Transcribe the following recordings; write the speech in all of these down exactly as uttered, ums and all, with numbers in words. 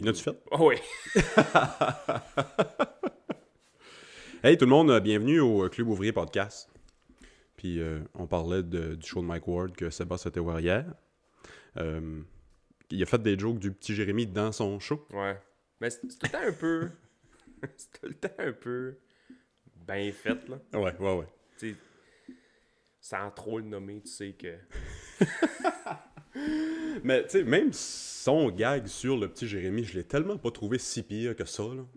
Il a-tu fait? Oh oui. Hey tout le monde, bienvenue au Club Ouvrier Podcast. Puis euh, on parlait de, du show de Mike Ward que Sébastien était voir hier. Euh, il a fait des jokes du petit Jérémy dans son show. Ouais. Mais c'est, c'est tout le temps un peu... c'est tout le temps un peu... bien fait, là. Ouais, ouais, ouais. Tu sais, sans trop le nommer, tu sais que... Mais tu sais, même son gag sur le petit Jérémy, je l'ai tellement pas trouvé si pire que ça, là.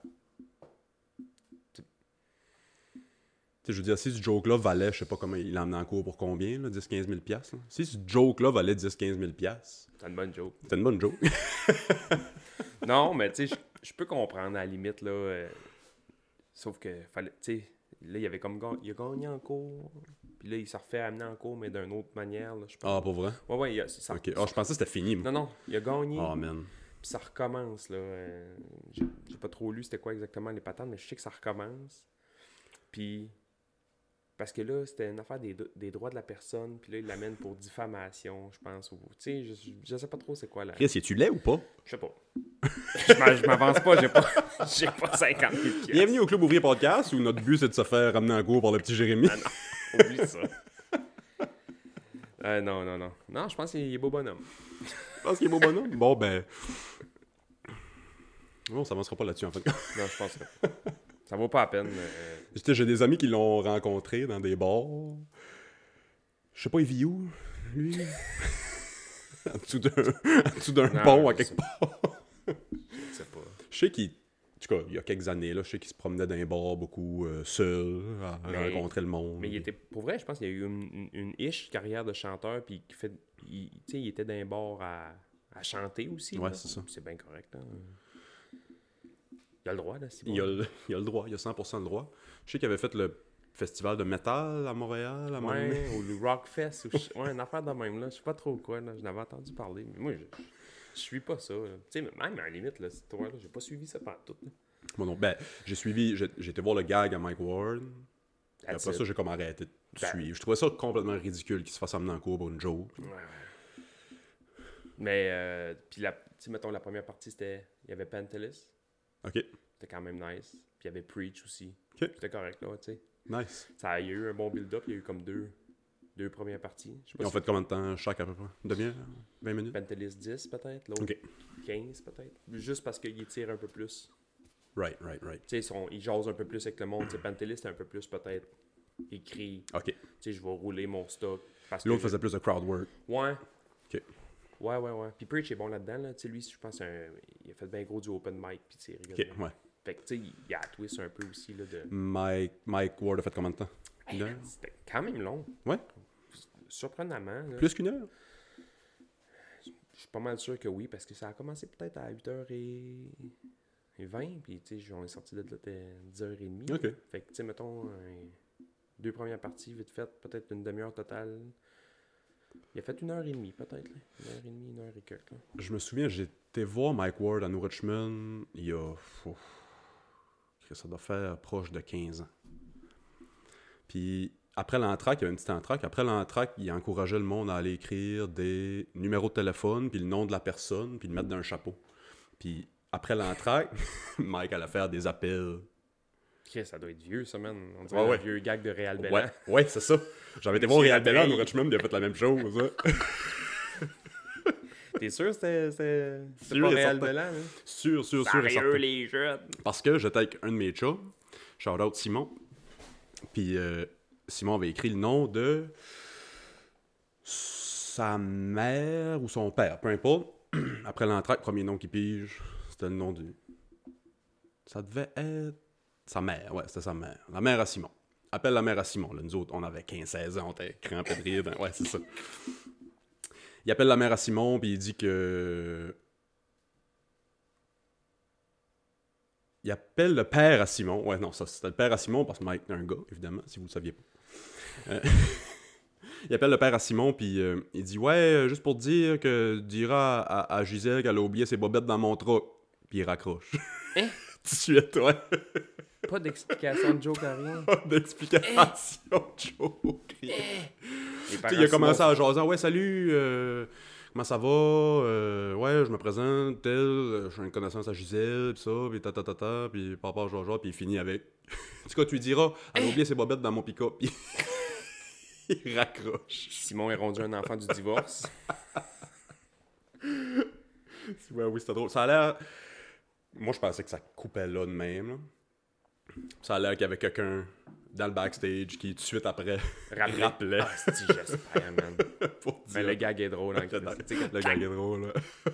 Tu sais, je veux dire, si ce joke-là valait, je sais pas comment il l'emmenait en cours pour combien, là, dix à quinze mille piastres. Là. Si ce joke-là valait dix à quinze mille piastres, C'est une bonne joke. c'était une bonne joke. Non, mais tu sais, je peux comprendre à la limite, là. Euh, sauf que, fallait, tu sais, là, il avait comme gagné, il a gagné en cours. Puis là, il s'est refait amener en cours, mais d'une autre manière, là, je pense. Ah, pour vrai? Ouais, ouais, il a, ça, Ok. Ah, je pensais que c'était fini, moi. Non, non, il a gagné. Oh, man. Puis ça recommence, là. Euh, j'ai, j'ai pas trop lu c'était quoi exactement les patentes, mais je sais que ça recommence. Puis... Parce que là, c'était une affaire des, des droits de la personne, puis là, il l'amène pour diffamation, je pense. Tu sais, je, je sais pas trop c'est quoi là. Chris, es-tu laid ou pas? Je sais pas. je, m'a, je m'avance pas, j'ai pas, j'ai pas cinquante mille piastres. Bienvenue au Club Ouvrier Podcast, où notre but, c'est de se faire ramener en cours par le petit Jérémy. Ah non, oublie ça. euh, non, non, non. Non, je pense qu'il est beau bonhomme. Je pense qu'il est beau bonhomme. Bon, ben... Bon, ça avancera pas là-dessus, en fait. Non, je pense pas. Ça vaut pas la peine. Euh... J'ai des amis qui l'ont rencontré dans des bars. Je sais pas, il vit où, lui? en dessous d'un, en dessous d'un Non, pont, à je quelque sais part. Je sais pas. Je sais qu'il... En tout cas, il y a quelques années, là, je sais qu'il se promenait dans les bars beaucoup euh, seul, à Mais- rencontrer le monde. Mais il était, pour vrai, je pense qu'il y a eu une, une, une ish carrière de chanteur, puis qu'il fait, il, tu sais, il était dans les bars à, à chanter aussi. Ouais, là. c'est ça. C'est bien correct. Hein. Il a le droit, là. C'est Il, a le, il a le droit, il a cent pour cent le droit. Je sais qu'il avait fait le festival de métal à Montréal, à un moment donné. Ouais, ou le Rockfest, ou je- ouais, une affaire de même, là. Je sais pas trop quoi, là. Je n'avais entendu parler, mais moi, je, je suis pas ça. là. Tu sais, même à la limite, là, cette histoire-là, j'ai pas suivi ça pendant tout. là. Moi non, ben, j'ai suivi, j'ai, j'ai été voir le gag à Mike Ward. Puis That's après it. ça, j'ai comme arrêté de Ben- suivre. Je trouvais ça complètement ridicule qu'il se fasse amener en cours pour une joke. Ouais, ouais. Mais, euh, puis, la, tu sais, mettons, la première partie, c'était, il y avait Pantelis. OK, C'était quand même nice. Puis il y avait Preach aussi. OK. C'était correct, là, tu sais. nice. Ça, il y a eu un bon build-up. Il y a eu comme deux, deux premières parties. Je sais pas Ils ont si fait combien de temps chaque à peu près? Une demi-heure? vingt minutes? Pantelis dix, peut-être. L'autre, OK. quinze, peut-être. Juste parce qu'il tire un peu plus. Right, right, right. Tu sais, ils, sont- ils jasent un peu plus avec le monde. Tu sais, Pantelis, c'est un peu plus, peut-être, écrit. OK. Tu sais, je vais rouler mon stock. Parce que L'autre je- faisait plus de crowd work. Ouais. OK. Ouais, ouais, ouais. Puis Preach est bon là-dedans, là. Tu sais, lui, je pense, c'est un... il a fait bien gros du open mic. Puis, tu sais, OK, rigole. ouais. Fait que, tu sais, il y a la twist un peu aussi, là, de... Mike, Mike Ward a fait combien de temps? Hey, Une heure? man, c'était quand même long. Ouais? Surprenamment, là. Plus qu'une heure? Je suis pas mal sûr que oui, parce que ça a commencé peut-être à huit heures vingt, puis tu sais, on est sorti de là à dix heures trente. OK. Fait que, tu sais, mettons, un- deux premières parties, vite fait, peut-être une demi-heure totale. Il a fait une heure et demie, peut-être, là. Une heure et demie, une heure et quelques, là. Je me souviens, j'étais voir Mike Ward à New Richmond il y a... ouf, ça doit faire proche de quinze ans. Puis après l'entraque, il y avait une petite entraque. Après l'entraque, il encourageait le monde à aller écrire des numéros de téléphone, puis le nom de la personne, puis le mettre dans un chapeau. Puis après l'entraque, Mike allait faire des appels. Chris, ça doit être vieux, ça, man. On dirait Ouais, un ouais. vieux gag de Réal Bellan. Ouais, ouais, c'est ça. J'avais été voir Monsieur Réal Bellan à Labelle. New Richmond, il a fait la même chose. Hein. T'es sûr que c'était, c'était, c'était Sûr pas et Réal certain. Bellan, hein? Sûr, sûr, sûr et Sérieux, certain. les jeunes! Parce que j'étais avec un de mes chats, shout-out Simon, puis euh, Simon avait écrit le nom de sa mère ou son père, peu importe. Après l'entraque, premier nom qu'il pige, c'était le nom du... Ça devait être sa mère, ouais, c'était sa mère. La mère à Simon. Appelle la mère à Simon. Là, nous autres, on avait quinze seize ans, on était crampés de rire. Ben, ouais, c'est ça. Il appelle la mère à Simon, puis il dit que... Il appelle le père à Simon. Ouais, non, ça, c'était le père à Simon, parce que Mike est un gars, évidemment, si vous le saviez pas. Euh, il appelle le père à Simon, puis euh, il dit « Ouais, euh, juste pour te dire que dira à, à Gisèle qu'elle a oublié ses bobettes dans mon truck. » Puis il raccroche. Hein? Tout de suite, ouais. Pas d'explication de joke à rien. Pas d'explication, Joe. Les Tu sais, parents il a commencé Simon- à jaser. Ouais, salut. Euh, comment ça va? Euh, ouais, je me présente, tel, euh, je suis une connaissance à Gisèle, pis ça, pis ta ta ta ta, pis papa, genre, pis il finit avec. En tout cas, tu lui diras, elle a oublié ses bobettes dans mon pick-up, pis il raccroche. Simon est rendu un enfant du divorce. Ouais, oui, c'était drôle. Ça a l'air. Moi, je pensais que ça coupait là de même. Là. Ça a l'air qu'il y avait quelqu'un dans le backstage qui, tout de suite après, Rappelait. rappelait. Ah, c'est j'espère, man. Pour Mais dire. le gag est drôle. Hein, Le, tu sais, quand- le gag est drôle. Là.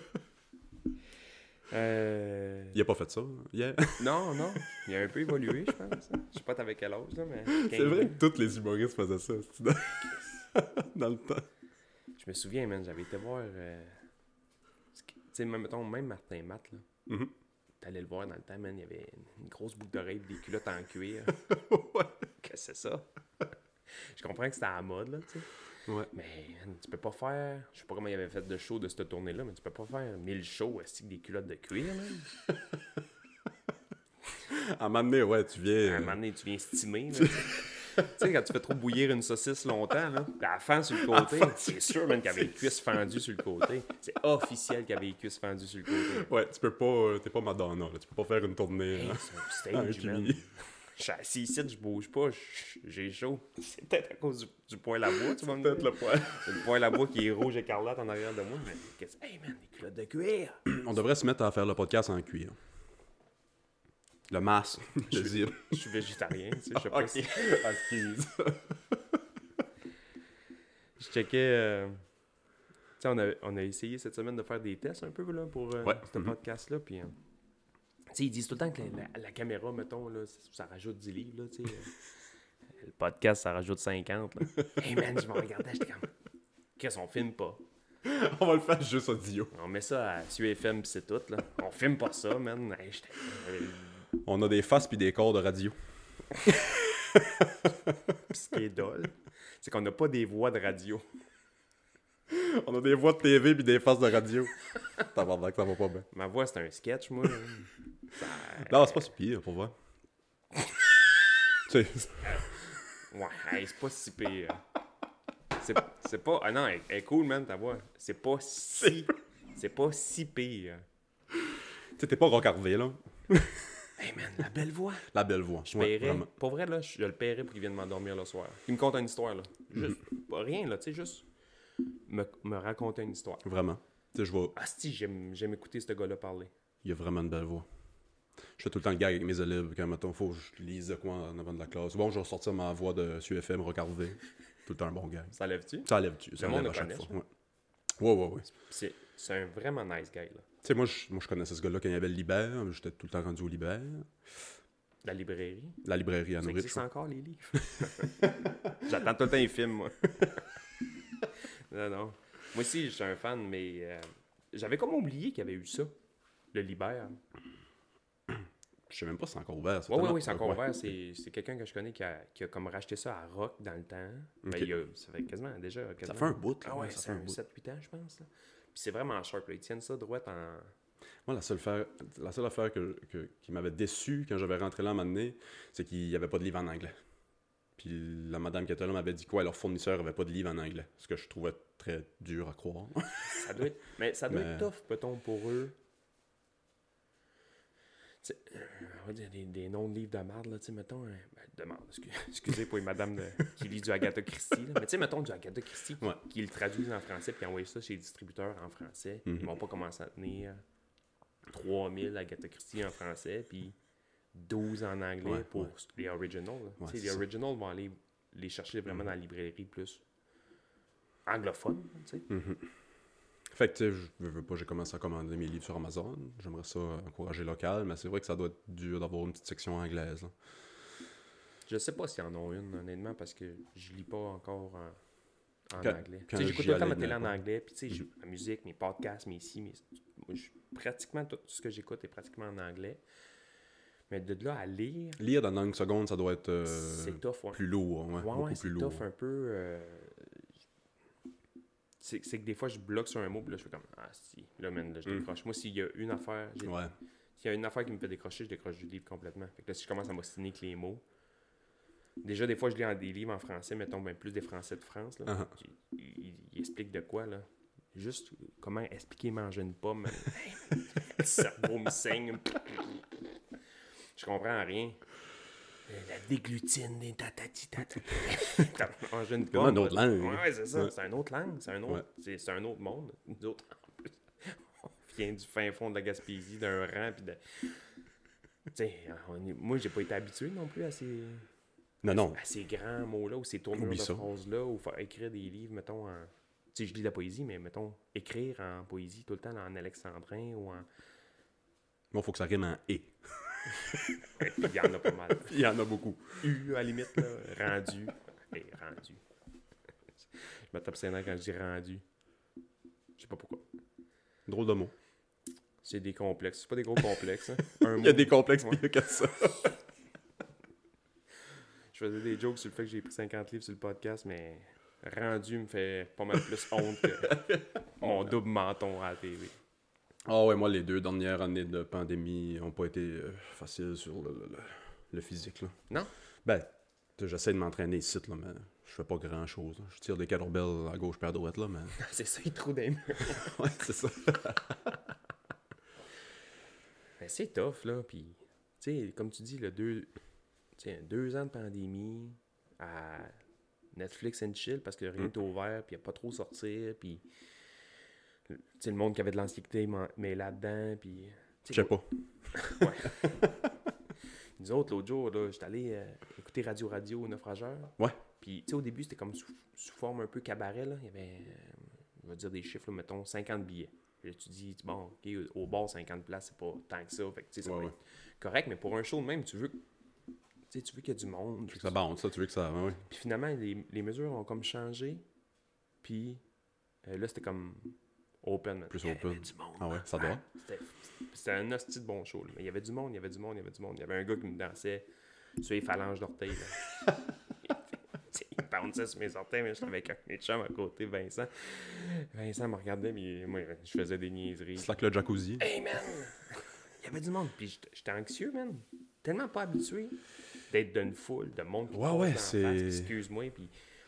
Euh... Il a pas fait ça hier. Non, non. Il a un peu évolué, je pense. hein. Je sais pas t'avais quel âge, là, mais... C'est quinze vrai ans. que tous les humoristes faisaient ça c'est dans... dans le temps. Je me souviens, man, j'avais été voir... euh, Tu sais, même, mettons, même Martin Matt, là. Mhm. T'allais le voir dans le temps, man, il y avait une grosse boucle d'oreille et des culottes en cuir. Ouais. Que c'est ça? Je comprends que c'était à la mode, là, tu sais. Ouais. Mais man, tu peux pas faire... Je sais pas comment il avait fait de show de cette tournée-là, mais tu peux pas faire mille shows avec des culottes de cuir, man. À un moment donné, ouais, tu viens. À un euh, moment donné, tu viens stimer, là. Tu sais, quand tu fais trop bouillir une saucisse longtemps, là, à la fin sur le côté, c'est sûr, man, qu'il y avait les cuisses fendues sur le côté. C'est officiel qu'il y avait les cuisses fendues sur le côté. Ouais, tu peux pas. euh, T'es pas Madonna, là. Tu peux pas faire une tournée. Hey, hein. c'est un Ah, stage, puis- man. Je suis assis ici, je bouge pas, je- j'ai chaud. C'est peut-être à cause du, du poêle à bois, tu vas me Peut-être dire. le poil. C'est le poêle à bois qui est rouge écarlate en arrière de moi. Mais qu'est-ce hey man, des culottes de cuir! On devrait se mettre à faire le podcast en cuir. Le masque, je veux dire. Je suis végétarien, tu sais, je sais pas Ok. si... Excuse. Je checkais... euh, Tu sais, on a, on a essayé cette semaine de faire des tests un peu là, pour euh, Ouais. ce Mhm. podcast-là, puis... euh, Tu sais, ils disent tout le temps que la, la- la caméra, mettons, là, ça, ça rajoute dix livres, là, tu sais. euh, Le podcast, ça rajoute cinquante, là. Hey man, je me regardais, j'étais comme... Qu'est-ce qu'on filme pas? On va le faire juste audio. On met ça à S U F M pis c'est tout, là. On filme pas ça, man. Hey, j'étais... euh, On a des faces puis des corps de radio. Pis ce qui est dole, c'est qu'on n'a pas des voix de radio. On a des voix de T V puis des faces de radio. Tabarnak, ça va pas bien. Ma voix, c'est un sketch, moi. Ça... Non, c'est pas si pire, pour voir. Tu sais, Ouais, hey, c'est pas si pire. C'est, c'est pas... Ah non, elle, elle est cool, man, ta voix. C'est pas si... C'est pas si pire. tu sais, t'es pas rocarvé, là. Hey, man, la belle voix. La belle voix. Je Ouais, paierais... vraiment. Pour vrai, là, je le paierais pour qu'il vienne m'endormir le soir. Il me conte une histoire, là. Juste... Pas rien, là, tu sais, juste... Me, me raconter une histoire. Vraiment. Tu sais, je vais. Ah, si, j'aime, j'aime écouter ce gars-là parler. Il a vraiment une belle voix. Je fais tout le temps le gag avec mes élèves quand, mettons, faut que je lise de quoi en avant de la classe. Bon, je vais sortir ma voix de S U F M recarvé. Tout le temps un bon gag. Ça lève-tu? Ça lève-tu. Ça Le monde lève à le chaque connaît, fois. Ouais, ouais, ouais. ouais. C'est, c'est un vraiment nice guy, là. Tu sais, moi, je, moi, je connaissais ce gars-là quand il y avait le Libère. J'étais tout le temps rendu au Libère. La librairie. La librairie à Ça Norwich. existe encore, les livres? J'attends tout le temps les films, moi. non, non. Moi aussi, je suis un fan, mais euh, j'avais comme oublié qu'il y avait eu ça, le Libère. Je sais même pas si c'est encore ouvert. Oui, oui, tellement- oui, c'est encore ouais. ouvert. C'est, c'est quelqu'un que je connais qui a, qui a comme racheté ça à Rock dans le temps. Ben, Ok. il y a- ça fait quasiment déjà. Ça Quasiment, fait un bout, là. Ah ouais, ça ça fait un fait bout. sept huit ans, je pense. Là. Puis c'est vraiment sharp. Là. Ils tiennent ça droit en. Moi, la seule, affaire, la seule affaire que, que- qui m'avait déçu quand j'avais rentré là à un moment donné, c'est qu'il n'y avait pas de livre en anglais. Puis la madame qui était là m'avait dit quoi, leur fournisseur n'avait pas de livre en anglais. Ce que je trouvais très dur à croire. Ça doit être, mais ça doit Mais- être tough, peut-on, pour eux. Tu sais, euh, on va dire des, des noms de livres de merde, là, tu sais, mettons, euh, ben, de merde, excusez, excusez pour une madame de- qui lit du Agatha Christie, là. Mais tu sais, mettons du Agatha Christie qui, Ouais. qui le traduisent en français puis envoie ça chez les distributeurs en français. Mhm. Ils vont pas commencer à tenir trois mille Agatha Christie en français puis douze en anglais Ouais, pour ouais. les originals. là. Ouais, Tu sais, c'est les ça. originals vont aller les chercher vraiment Mhm. dans la librairie plus anglophone, tu sais. Mhm. Fait que, tu sais, je veux, veux pas, j'ai commencé à commander mes livres sur Amazon. J'aimerais ça euh, encourager local, mais c'est vrai que ça doit être dur d'avoir une petite section anglaise. là. Je sais pas s'ils en ont une, honnêtement, parce que je lis pas encore en, en Quand- anglais. quand Tu sais, j'écoute j'y tout le temps allais, ma télé mais en pas. anglais, puis tu sais, j'ai Mhm. ma musique, mes podcasts, mes ici, mes... moi, je- pratiquement tout ce que j'écoute est pratiquement en anglais. Mais de là à lire, Lire dans langue seconde, ça doit être euh, c'est tough, ouais. plus lourd. Ouais, Ouais, beaucoup ouais, plus c'est lourd. tough un peu. euh, C'est c'est que des fois, je bloque sur un mot, puis là, je fais comme, ah, si, là, man, là, je Mm. décroche. Moi, s'il y a une affaire, j'ai- Ouais. s'il y a une affaire qui me fait décrocher, je décroche du livre complètement. Fait que là, si je commence à m'ostiner avec les mots, déjà, des fois, je lis en- des livres en français, mettons, ben, plus des Français de France, là. Uh-huh. Puis, il, il- il explique de quoi, là. Juste comment expliquer manger une pomme. Le cerveau me saigne. Je comprends rien. La déglutine, des tatati tatati. Manger une pomme. C'est une autre langue. Ouais, ouais, c'est ça. Ouais. C'est une autre langue. C'est un autre, Ouais. c'est, c'est un autre monde. Nous autres, en plus, on vient du fin fond de la Gaspésie, d'un rang, puis de... Tu sais, on est- moi, j'ai pas été habitué non plus à ces... Non, non. à ces grands mots-là, ou ces tournures Oublie de ça. phrases-là, ou faire écrire des livres, mettons, en... Tu sais, je lis de la poésie, mais mettons, écrire en poésie tout le temps en alexandrin ou en... Bon, faut que ça rime en « et Et puis, il y en a pas mal. ». Il y en a beaucoup. U, à la limite, là, rendu. Et rendu. Je me tape ses nerfs quand je dis rendu. Je sais pas pourquoi. Drôle de mot. C'est des complexes. C'est pas des gros complexes. Hein. Un Il y a mot- des complexes Ouais. pires que ça. Je faisais des jokes sur le fait que j'ai pris cinquante livres sur le podcast, mais rendu me fait pas mal plus honte que mon double menton à la T V. Ah ouais, moi, les deux dernières années de pandémie ont pas été euh, faciles sur le, le- le- le physique, là. Non? Ben, tu sais, j'essaie de m'entraîner ici, là, mais je fais pas grand-chose. Là. Je tire des kettlebells à gauche et à droite, là, mais... C'est ça, il trouve des murs. ouais, c'est ça. Mais c'est tough, là. Puis, tu sais, comme tu dis, le deux, tu sais, deux ans de pandémie à Netflix and chill parce que rien n'est ouvert, puis il n'y a pas trop sortir, puis, tu sais, le monde qui avait de l'anxiété, m'en- mais là-dedans, puis... Je sais pas. Nous autres, l'autre jour, là, j'étais allé euh, écouter Radio Radio Naufrageur. Ouais. Puis, tu sais, au début, c'était comme sous, sous forme un peu cabaret, là. Il y avait, euh, on va dire des chiffres, là, mettons, cinquante billets. Puis là, tu dis, bon, OK, au bord, cinquante places, c'est pas tant que ça. Fait que, tu sais, ça Ouais, va ouais. être correct, mais pour un show de même, tu veux, que- tu sais, tu veux qu'il y ait du monde. Tu veux que ça bounce, ça, tu veux que ça... Ouais, ouais. Puis finalement, les, les mesures ont comme changé. Puis euh, là, c'était comme open. man. Plus Il y avait open. du monde. Ah ouais, man. ça doit. C'était, c'était un hostie de bon show. Là. Mais il y avait du monde, il y avait du monde, il y avait du monde. Il y avait un gars qui me dansait sur les phalanges d'orteils. là. Il bounçait sur mes orteils, mais j'étais avec un de mes chums à côté, Vincent. Vincent me regardait, mais moi, je faisais des niaiseries. Slack le jacuzzi. Hey man! Il y avait du monde. Puis j'étais- j'étais anxieux, man. Tellement pas habitué d'être d'une foule, de monde qui Ouais, passe ouais, dans la c'est- face, excuse-moi, puis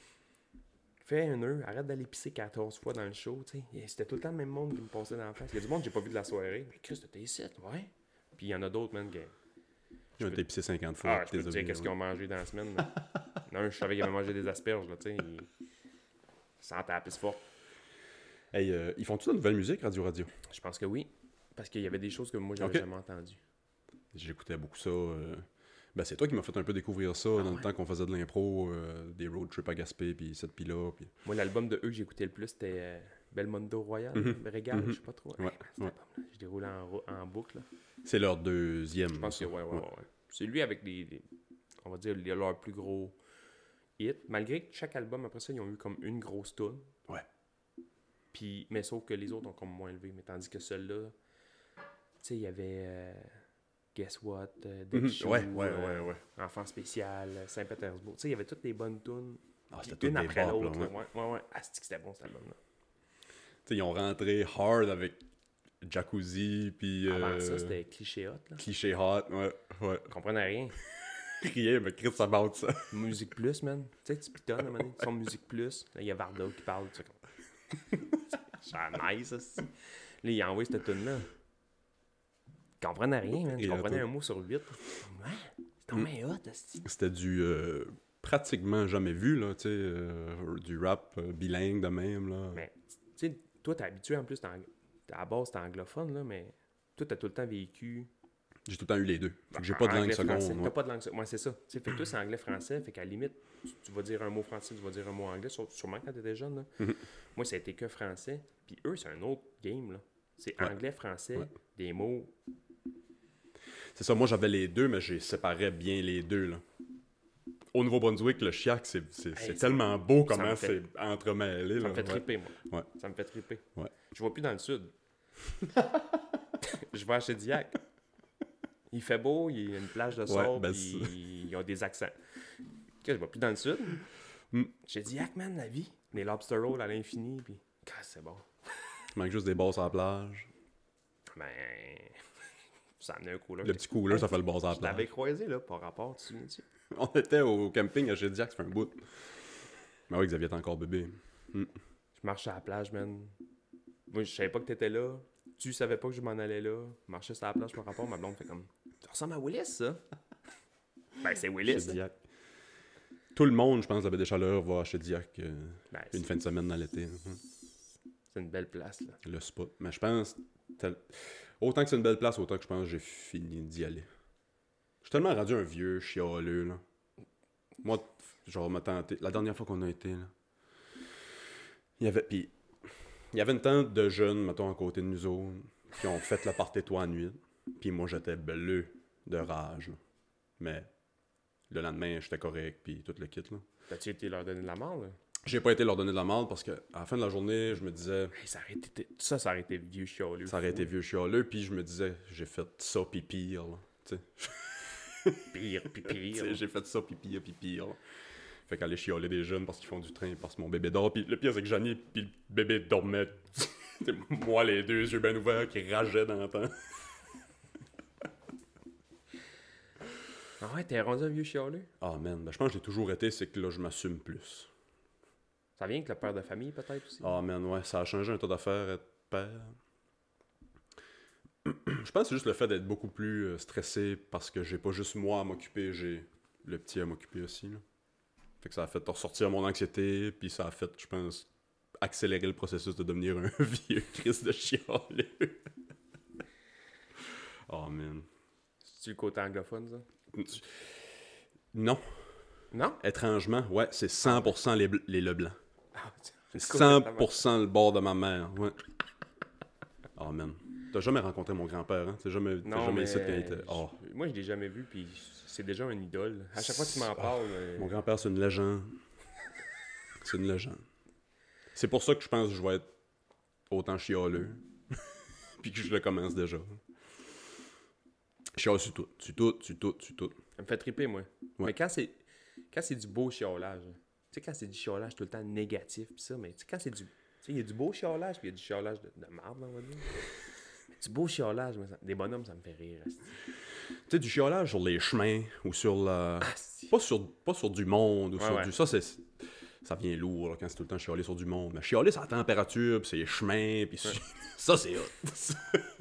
fais un nœud, arrête d'aller pisser quatorze fois dans le show, tu sais. Et c'était tout le temps le même monde qui me passait dans la face. Il y a du monde que j'ai pas vu de la soirée. Mais Chris, t'es ici, ouais. Puis il y en a d'autres, man, que... Je peux- t'ai pissé cinquante fois. Ah, je peux te dire qu'est-ce qu'ils ont mangé dans la semaine. là. Non, je savais qu'ils avaient mangé des asperges, là, tu sais. Ils... Sentait la pisse forte. Hey, euh, ils font-tu de la nouvelle musique, Radio Radio? Je pense que oui. Parce qu'il y avait des choses que moi, j'avais Ok. jamais entendues. J'écoutais beaucoup ça. euh, Ben, c'est toi qui m'as fait un peu découvrir ça dans ouais? le temps qu'on faisait de l'impro, euh, des road trips à Gaspé, puis cette pis-là. Puis... Moi, l'album de eux que j'écoutais le plus, c'était euh, Belmondo Royal, Mhm. Régal, Mhm. je sais pas trop. Ouais, Cet ouais. album-là, je déroulais en, rou- en boucle. Là. C'est leur deuxième. Je pense que ça. ouais, ouais, ouais. ouais. C'est lui avec les, les- on va dire, les- leurs plus gros hits. Malgré que chaque album, après ça, ils ont eu comme une grosse tune. Ouais. Puis, mais sauf que les autres ont comme moins élevé. Mais tandis que celui-là, tu sais, il y avait euh, Guess What, euh, Dead Mhm. Shoe, Ouais, ouais, euh, ouais, ouais. Enfant spécial, euh, Saint-Pétersbourg. Tu sais, il y avait toutes les bonnes tunes. Ah, Puis c'était une toutes des après bops, l'autre. là, là. ouais. Ouais, ouais, ouais. Ah, c'est que c'était bon cet album-là. Tu sais, ils ont rentré hard avec Jacuzzi, puis Avant euh, ça, c'était cliché hot. Là. cliché hot, ouais, ouais. Je comprenais rien. Rien, mais Chris, ça bounce ça. Musique Plus, man. Tu sais, tu pitonnes, à un moment donné, tu sens Musique Plus. Là, il y a Varda qui parle. Tu sais, comme... c'est nice, ça. c'est- Là, il a envoyé cette tune-là. Je comprenais rien, man. Je Et la comprenais tune. un mot sur huit. Ouais, c'est ton main hot, hostie. C'était du euh, pratiquement jamais vu, là, tu sais, euh, du rap euh, bilingue de même, là. Mais, tu sais, toi, t'es habitué en plus, t'es ang- à la base, t'es anglophone, là, mais toi, t'as tout le temps vécu. J'ai tout le temps eu les deux. Fait que j'ai pas de langue Anglais-français. seconde. T'as ouais. pas de langue seconde. Ouais, c'est ça. Tu sais, fait que toi, c'est anglais-français. Fait qu'à la limite, tu, tu vas dire un mot français, tu vas dire un mot anglais. Sur- Sûrement quand t'étais jeune, là. Mhm. Moi, ça a été que français. Puis eux, c'est un autre game, là. C'est Ouais. anglais-français, Ouais. des mots. C'est ça, moi j'avais les deux, mais j'ai séparé bien les deux, là. Au Nouveau-Brunswick, le chiac, c'est, c'est, Hey, c'est ça- tellement beau ça comment me fait- c'est entremêlé, Ça là. me fait Ouais. triper, moi. Ouais. Ça me fait triper. Ouais. Je vois plus dans le sud. Je vais à Chediac. Il fait beau, il y a une plage de Ouais, sable, ben, puis ils ont des accents. Que je vais plus dans le sud. Mm. Chediac, man, la vie. Des lobster rolls à l'infini, puis ah, c'est bon. Il manque juste des bosses à la plage. Ben, ça amenait un cooler. Le petit cooler, ça fait le boss à la Je l'avais plage. croisé, là, par rapport, tu te souviens-tu? On était au camping à Chediac, ça fait un bout. Mais oui, Xavier était encore bébé. Je marche à la plage, man. Moi, je savais pas que t'étais là. Tu savais pas que je m'en allais là. Je marchais sur la plage, je me rappelle, ma blonde fait comme... Ça ressemble à Willis, ça? Ben, c'est Willis, Chez ça. Diac. Tout le monde, je pense, de la baie des Chaleurs va chez Diac euh, Ben, une c'est... fin de semaine dans l'été. Hein. c'est une belle place, là. Le spot. Mais je pense... tel- Autant que c'est une belle place, autant que je pense que j'ai fini d'y aller. Je suis tellement rendu un vieux chialeux, là. Moi, genre, m'a tenté... La dernière fois qu'on a été, là, il y avait... Puis, il y avait une tente de jeunes, mettons, à côté de nous autres, qui ont fait le party toi en nuit. Puis moi, j'étais bleu de rage, là. Mais le lendemain, j'étais correct, puis tout le kit, là. T'as-tu été leur donner de la mort, là? J'ai pas été leur donner de la merde parce que à la fin de la journée, je me disais... Hey, ça, aurait été... ça, ça aurait été vieux chialeux. Ça aurait été vieux chialeux, puis je me disais, j'ai fait ça pis pire, là. Tu sais. Pire, pis Tu pire. sais, j'ai fait ça pis pire, pis pire, là. Fait qu'aller chialer des jeunes parce qu'ils font du train, parce que mon bébé dort. Puis le pire, c'est que Johnny puis le bébé dormait. C'est moi, les deux yeux bien ouverts, qui rageaient dans le temps. Ah ouais, t'es rendu un vieux chialeux? Ah, man, ben, je pense que j'ai toujours été, c'est que là, je m'assume plus. Ça vient avec le père de famille, peut-être, aussi? Ah, man, ouais, ça a changé un tas d'affaires, être père. Je pense que c'est juste le fait d'être beaucoup plus euh, stressé parce que j'ai pas juste moi à m'occuper, j'ai le petit à m'occuper aussi, là. Fait que ça a fait ressortir mon anxiété, puis ça a fait, je pense, accélérer le processus de devenir un vieux Christ de chialeux. Oh, man. C'est-tu le côté anglophone, ça? Non. Non? Étrangement, ouais, c'est cent pour cent les, les Leblanc. Ah, C'est cent pour cent le bord de ma mère, ouais. Oh, man. T'as jamais rencontré mon grand-père, hein? T'as jamais, t'as Non, jamais mais essayé de t'inviter. Oh. je- moi, je l'ai jamais vu, puis c'est déjà un idole. À chaque fois que tu m'en parles... euh, Mon grand-père, c'est une légende. C'est une légende. C'est pour ça que je pense que je vais être autant chialeux. Puis que je le commence déjà. Chiale sur tout, sur tout, sur tout, sur tout. Ça me fait triper, moi. Ouais. Mais quand c'est quand c'est du beau chiolage, tu sais, quand c'est du chiolage tout le temps négatif, pis ça, mais tu sais, quand c'est du... Tu sais, il y a du beau chiolage, puis il y a du chiolage de, de marde, on va dire. Mais du beau chiolage, moi, ça- des bonhommes, ça me fait rire. asti. Tu sais, du chiolage sur les chemins ou sur la... Asti. Pas sur, pas sur du monde ou Ouais, sur ouais. du... Ça, c'est... Ça vient lourd là, quand c'est tout le temps chialer sur du monde. Mais chialer sur la température, puis c'est les chemins, puis sur- ça, c'est hot.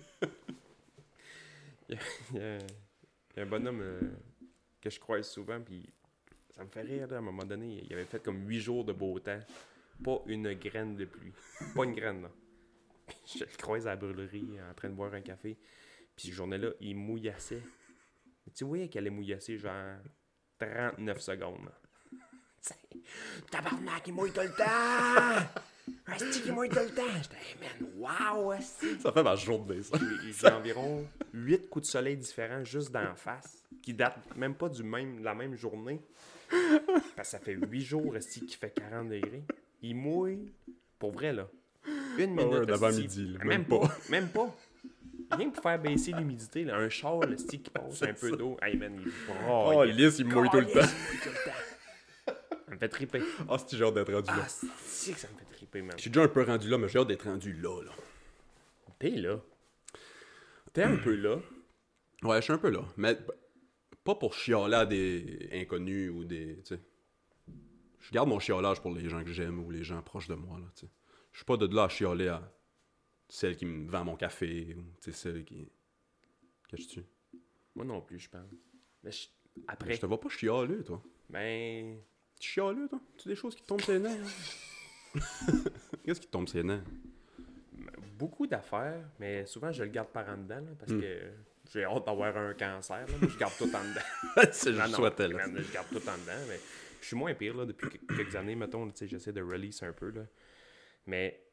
Il y, a, il y a- il y a un bonhomme euh, que je croise souvent, puis ça me fait rire, là, à un moment donné. Il avait fait comme huit jours de beau temps. Pas une graine de pluie. Pas une graine, là. Puis je le croise à la brûlerie, en train de boire un café. Puis cette journée-là, il mouillassait. Mais tu voyais qu'elle allait mouillasser, genre trente-neuf secondes, là. T'sais, tabarnak, il mouille tout le temps! Asti, il mouille tout le temps! J'étais, hey man, wow, asti! Ça fait ma journée, ça. J'ai j'ai environ huit coups de soleil différents juste d'en face, qui datent même pas du même, de la même journée. Parce que ça fait huit jours esti, qu'il fait quarante degrés. Il mouille, pour vrai, là. Une minute. ouais, esti, d'avant-midi, là, Même, même pas. pas. Même pas. Rien que pour faire baisser l'humidité, là, un châle esti, qui passe un peu d'eau. Hey man, il braille. Oh, lisse, il mouille tout le temps. Calisse, il mouille tout le temps. Ça me fait triper. Ah, c'est j'ai hâte d'être rendu là. Ah, c'est que ça me fait triper, man. Je suis déjà un peu rendu là, mais j'ai hâte d'être rendu là, là. T'es là. T'es un peu là. Ouais, je suis un peu là. Mais p- pas pour chialer à des inconnus ou des... Tu sais. Je garde mon chiolage pour les gens que j'aime ou les gens proches de moi, là, tu sais. Je suis pas de là à chialer à celle qui me vend mon café ou, tu sais, celle qui... Qu'est-ce que tu... Moi non plus, je pense. Mais je- Je après, te vois pas chialer, toi. ben... Tu chialeux, toi? Tu des choses qui te tombent sur les nerfs? hein? Qu'est-ce qui te tombe sur les nerfs? Beaucoup d'affaires, mais souvent je le garde par en dedans, là, parce Hmm. que j'ai hâte d'avoir un cancer. Là, mais je garde tout en dedans. C'est Non, je non, souhaitais, là. man, je garde tout en dedans. Mais je suis moins pire là, depuis que- quelques années, mettons. Tu sais, j'essaie de release un peu. Là. Mais,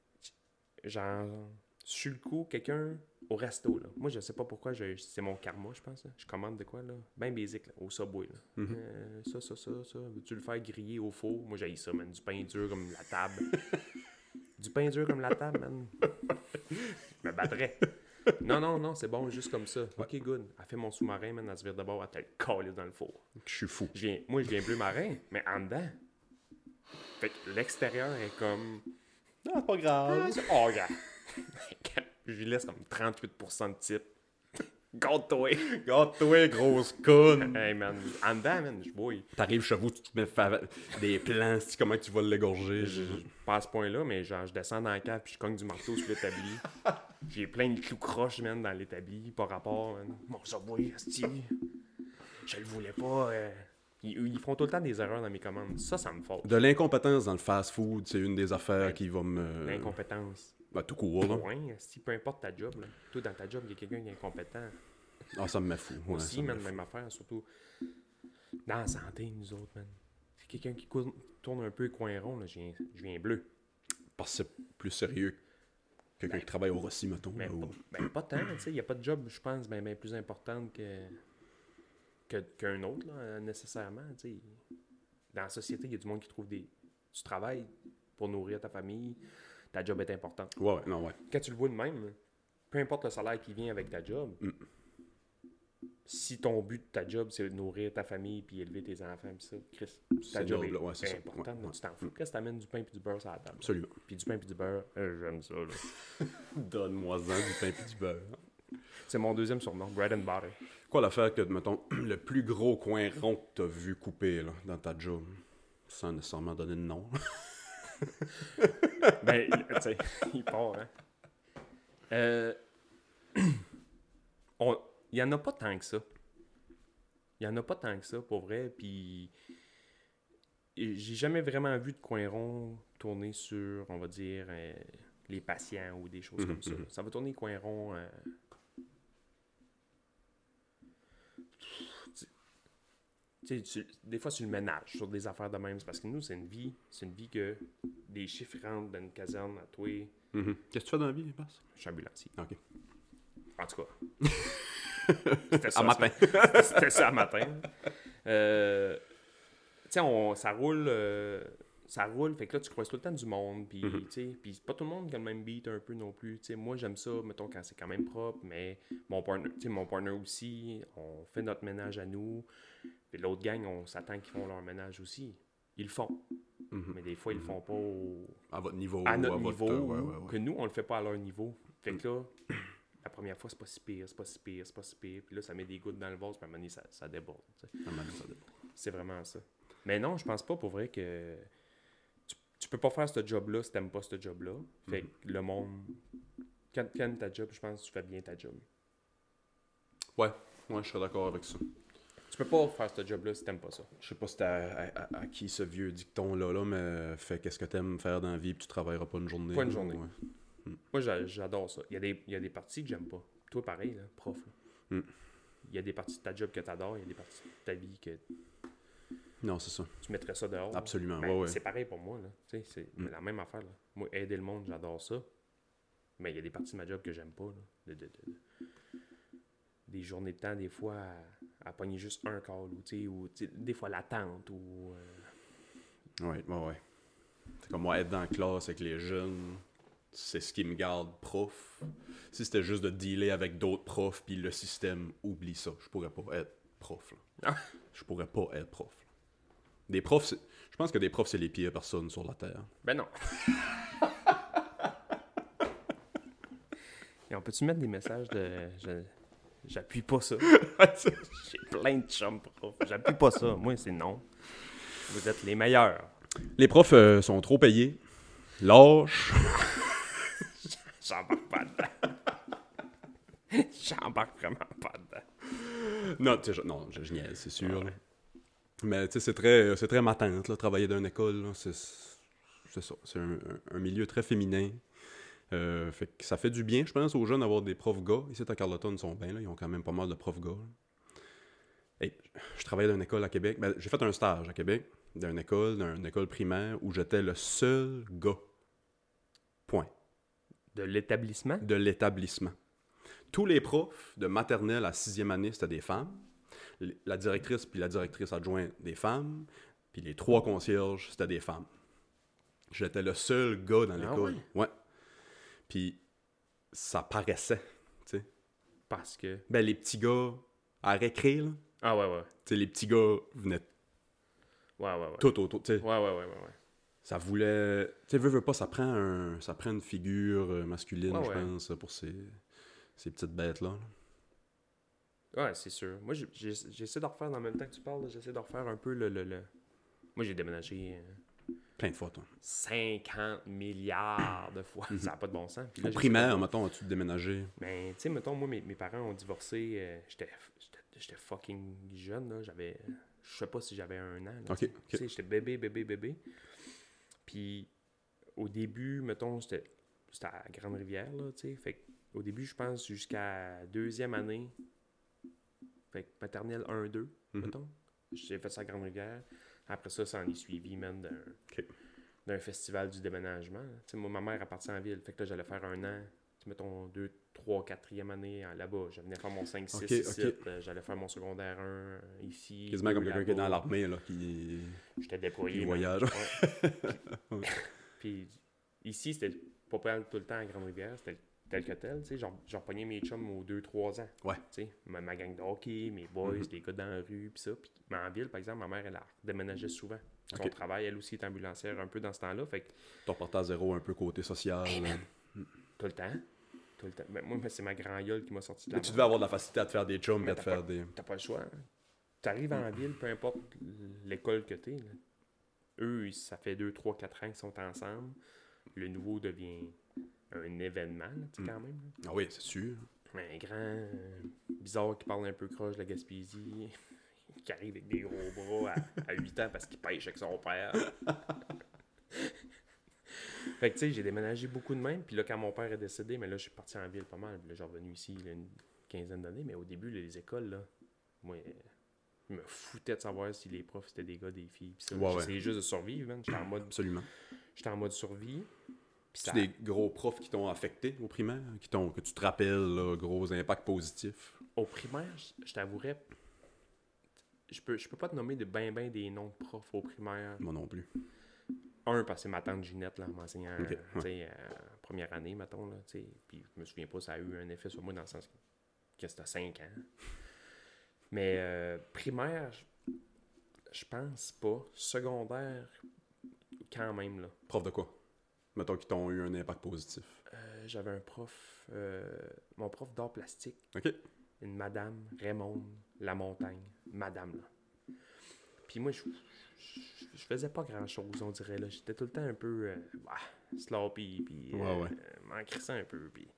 genre, sur le coup, quelqu'un au resto. Là. Moi, je sais pas pourquoi. je- C'est mon karma, je pense. Là. Je commande de quoi, là? Ben basic, là, au Subway. Là. Mhm. Euh, ça, ça, ça, ça. Veux-tu le faire griller au four? Moi, j'ai ça, man. Du pain dur comme la table. Du pain dur comme la table, man. Je me battrais. Non, non, non, c'est bon, juste comme ça. Ok, good. Elle fait mon sous-marin, man, elle se vire de bord, elle te le calisse dans le four. Je suis fou. Je viens, moi, je viens bleu marin, mais en dedans. Fait que l'extérieur est comme. Non, pas grave. Oh, gars. Je lui laisse comme trente-huit pour cent de type. Garde-toi! Garde-toi, grosse conne! Hey man, en dedans, man, je bouille. T'arrives chez vous, tu te mets fa- des plans, c'est comment tu vas l'égorger. Je, je, pas à ce point-là, mais genre, je descends dans la cave puis je cogne du marteau sur l'établi. J'ai plein de clous croches, man, dans l'établi, par rapport, man. Mon subway, asti. Je le voulais pas. euh. Ils, ils font tout le temps des erreurs dans mes commandes. Ça, ça me fâche. De l'incompétence dans le fast-food, c'est une des affaires Ben, qui va me... L'incompétence. Ben, tout court, là. Point, si peu importe ta job, là. Toi, dans ta job, il y a quelqu'un qui est incompétent. Ah, ça me met fou. Ouais, Aussi, ça me man, met fou. même affaire, surtout dans la santé, nous autres, man. C'est quelqu'un qui cou- tourne un peu coin rond, là, je viens, je viens bleu. Parce que c'est plus sérieux que quelqu'un qui travaille au Rossi, mettons. Mais là, ou- pas, ben, pas tant, tu sais. Il n'y a pas de job, je pense, ben, ben plus importante que, que, qu'un autre, là, nécessairement, tu sais. Dans la société, il y a du monde qui trouve des... Tu travailles pour nourrir ta famille, ta job est importante. Ouais, ouais, non, ouais. Quand tu le vois de même, peu importe le salaire qui vient avec ta job, Mm. si ton but de ta job, c'est de nourrir ta famille puis élever tes enfants, puis ça, Chris, ta C'est job noble, est, ouais, c'est est ça. importante, Ouais, là, ouais. tu t'en fous. Qu'est-ce que t'amènes du pain puis du beurre sur la table? Absolument. Puis du pain puis du beurre, euh, j'aime ça, là. Donne-moi-en du pain et du beurre. C'est mon deuxième surnom, bread and butter. Quoi l'affaire que, mettons, le plus gros coin rond que t'as vu couper là, dans ta job, sans nécessairement donner de nom? Ben, tu sais, il part, hein. Euh... On... Il y en a pas tant que ça. Il y en a pas tant que ça, pour vrai, puis j'ai jamais vraiment vu de coin rond tourner sur, on va dire, euh, les patients ou des choses Mhm, comme ça. mhm. Ça va tourner coin rond... euh, Tu sais, tu- des fois, tu le ménages sur des affaires de même. C'est parce que nous, c'est une vie. C'est une vie que des chiffres rentrent dans une caserne à toi. Mhm. Qu'est-ce que tu fais dans la vie, Passe? Je suis ambulancier. Ok. En tout cas. C'était ça. À matin. ce- C'était ça à matin. Euh, tu sais, on- ça roule. euh, ça roule. Fait que là, tu croises tout le temps du monde. Puis, Mhm. tu sais, puis c'est pas tout le monde qui a le même beat un peu non plus. Tu sais, moi, j'aime ça, mettons, quand c'est quand même propre. Mais mon partner, tu sais, mon partner aussi, on fait notre ménage à nous. Puis l'autre gang, on s'attend qu'ils font leur ménage aussi. Ils le font. Mhm. Mais des fois, ils le font pas au- À votre niveau. à ou notre votre- niveau. ouais, ou ouais, ouais. Que nous, on le fait pas à leur niveau. Fait que là, la première fois, c'est pas si pire, c'est pas si pire, c'est pas si pire. Puis là, ça met des gouttes dans le vase, puis à un moment donné, ça, ça déborde. Tu sais. Ah, man, ça dépend. C'est vraiment ça. Mais non, je pense pas pour vrai que tu, tu peux pas faire ce job-là si t'aimes pas ce job-là. Fait que le monde... Quand tu aimes ta job, je pense que tu fais bien ta job. Ouais, ouais, je serais d'accord avec ça. Tu peux pas faire ce job-là si t'aimes pas ça. Je sais pas si c'était à, à- à- à qui ce vieux dicton-là, là, mais fais qu'est-ce que t'aimes faire dans la vie, puis tu travailleras pas une journée. Pas une là, journée. ouais. Moi, j'a- j'adore ça. Il y, a des, il y a des parties que j'aime pas. Toi, pareil, là, prof. là. Mm. Il y a des parties de ta job que t'adores, il y a des parties de ta vie que Non, c'est ça. tu mettrais ça dehors. là. Absolument, Ben, ouais, ouais. C'est pareil pour moi, là. Tu sais, c'est Mm. la même affaire, là. Moi, aider le monde, j'adore ça. Mais il y a des parties de ma job que j'aime pas, là. De, de- de- de- Des journées de temps, des fois, à, à pogner juste un call, ou, tu sais, ou tu sais, des fois l'attente, ou... euh, Ouais, ouais, ouais. C'est comme moi, être dans la classe avec les jeunes, c'est ce qui me garde prof. Si c'était juste de dealer avec d'autres profs, puis le système, oublie ça. Je pourrais pas être prof, là. Ah. Je pourrais pas être prof. là. Des profs, c'est- je pense que des profs, c'est les pires personnes sur la Terre. Ben non. Et on peut-tu mettre des messages de... je- J'appuie pas ça. J'ai plein de chums profs. J'appuie pas ça. Moi, c'est non. Vous êtes les meilleurs. Les profs euh, sont trop payés, lâches. J'embarque pas dedans. J'embarque vraiment pas dedans. Non, tu sais, je, non, je, je niaise, c'est sûr. là. Mais tu sais, c'est très, c'est très matante, là, travailler dans une école. là, C'est, c'est ça. C'est un, un- un milieu très féminin. Euh, fait que ça fait du bien, je pense, aux jeunes d'avoir des profs gars. Ici, à Carleton, ils sont bien, là. Ils ont quand même pas mal de profs gars. là. Et je travaillais dans une école à Québec. Ben, j'ai fait un stage à Québec, dans une école, dans une école primaire, où j'étais le seul gars. Point. De l'établissement? De l'établissement. Tous les profs de maternelle à sixième année, c'était des femmes. L- La directrice puis la directrice adjointe, des femmes. Puis les trois concierges, c'était des femmes. J'étais le seul gars dans Ah l'école. Ouais. Puis ça paraissait, tu sais. Parce que... Ben, les petits gars, à récré, là, Ah ouais, ouais. tu sais, les petits gars venaient Ouais, ouais, ouais. tout autour, tu sais. Ouais, ouais, ouais, ouais, ouais. Ça voulait... Tu sais, veux, veux pas, ça prend, un... ça prend une figure euh, masculine, Ouais, je ouais. pense, pour ces, ces petites bêtes-là. là. Ouais, c'est sûr. Moi, j'ai- j'ai- j'essaie de refaire, dans le même temps que tu parles, là, j'essaie de refaire un peu le... le, le... Moi, j'ai déménagé euh, Plein de fois, toi. cinquante milliards de fois. Ça n'a pas de bon sens. Puis là, Au j'essaie de primaire, voir- mettons, as-tu déménagé? Mais, tu sais, mettons, moi, mes, mes parents ont divorcé. euh, j'étais, j'étais, j'étais fucking jeune, là. J'avais... Je sais pas si j'avais un an. Là, Ok, tu sais. ok. Tu sais, j'étais bébé, bébé, bébé. Puis, au début, mettons, c'était, c'était à Grande-Rivière, là, tu sais. Fait que, au début, je pense, jusqu'à deuxième année, fait que maternelle un deux, Mhm. mettons. J'ai fait ça à Grande-Rivière. Après ça, ça en est suivi, même, d'un, Ok. d'un festival du déménagement. Tu sais, moi, ma mère est partie en ville. Fait que là, j'allais faire un an, tu sais, mettons, deux, trois, quatrième année hein, là-bas. Je venais faire mon cinq, six Ok, ici. ok. euh, J'allais faire mon secondaire un euh, ici. Quasiment comme deux quelqu'un qui est dans là-bas. l'armée, là, qui, J'étais déployé. qui man. voyage. Ouais. Puis ici, c'était pas pas tout le temps à Grande-Rivière. C'était tel que tel. Tu sais, genre, genre pognais mes chums aux deux trois ans. Ouais. Tu sais, ma, ma gang de hockey, mes boys, Mhm. les gars dans la rue, puis ça. Puis, mais en ville, par exemple, ma mère, elle a déménageait souvent. Son Ok. travail, elle aussi est ambulancière un peu dans ce temps-là. Fait que T'as reporté à zéro un peu côté social. là. tout le temps. Tout le temps. Ben, moi, c'est ma grand gueule qui m'a sorti de la Mais tu merde. devais avoir de la facilité à te faire des chums et Mais à te t'as faire des. T'as pas le choix. Hein. T'arrives en ville, peu importe l'école que t'es. Là. Eux, ça fait deux, trois, quatre ans qu'ils sont ensemble. Le nouveau devient un événement, là, tu sais, Mm. quand même. Là. Ah oui, c'est sûr. Un grand, euh, bizarre qui parle un peu croche de la Gaspésie, qui arrive avec des gros bras à, à huit ans parce qu'il pêche avec son père. Fait que tu sais, j'ai déménagé beaucoup de même. Puis là, quand mon père est décédé, mais là, je suis parti en ville pas mal. Puis là, j'ai revenu ici il y a une quinzaine d'années. Mais au début, là, les écoles, là, moi, euh, je me foutais de savoir si les profs c'était des gars, des filles. Puis ça, Ouais, j'essayais ouais. juste de survivre, man. J'étais en mode, Absolument. j'étais en mode survie. Puis Tu ça, des gros profs qui t'ont affecté au primaire, qui t'ont, que tu te rappelles, là, gros impact positif. au primaire, je, je t'avouerais, je peux, je peux pas te nommer de ben ben des noms de profs au primaire. Moi non plus. Un, parce que c'est ma tante Ginette, là, en m'enseignant, Ok, ouais. tu sais, euh, première année, mettons, là, tu sais. Puis je me souviens pas, ça a eu un effet sur moi dans le sens que c'était cinq ans. Mais euh, primaire, je, je pense pas. Secondaire, quand même, là. Prof de quoi? Mettons qu'ils t'ont eu un impact positif. Euh, j'avais un prof, euh, mon prof d'art plastique, OK. une madame Raymond Lamontagne, madame, là. Puis moi, je, je, je faisais pas grand-chose, on dirait, là. J'étais tout le temps un peu euh, bah, sloppy, puis euh, Ouais, ouais. euh, m'en crissant un peu, puis...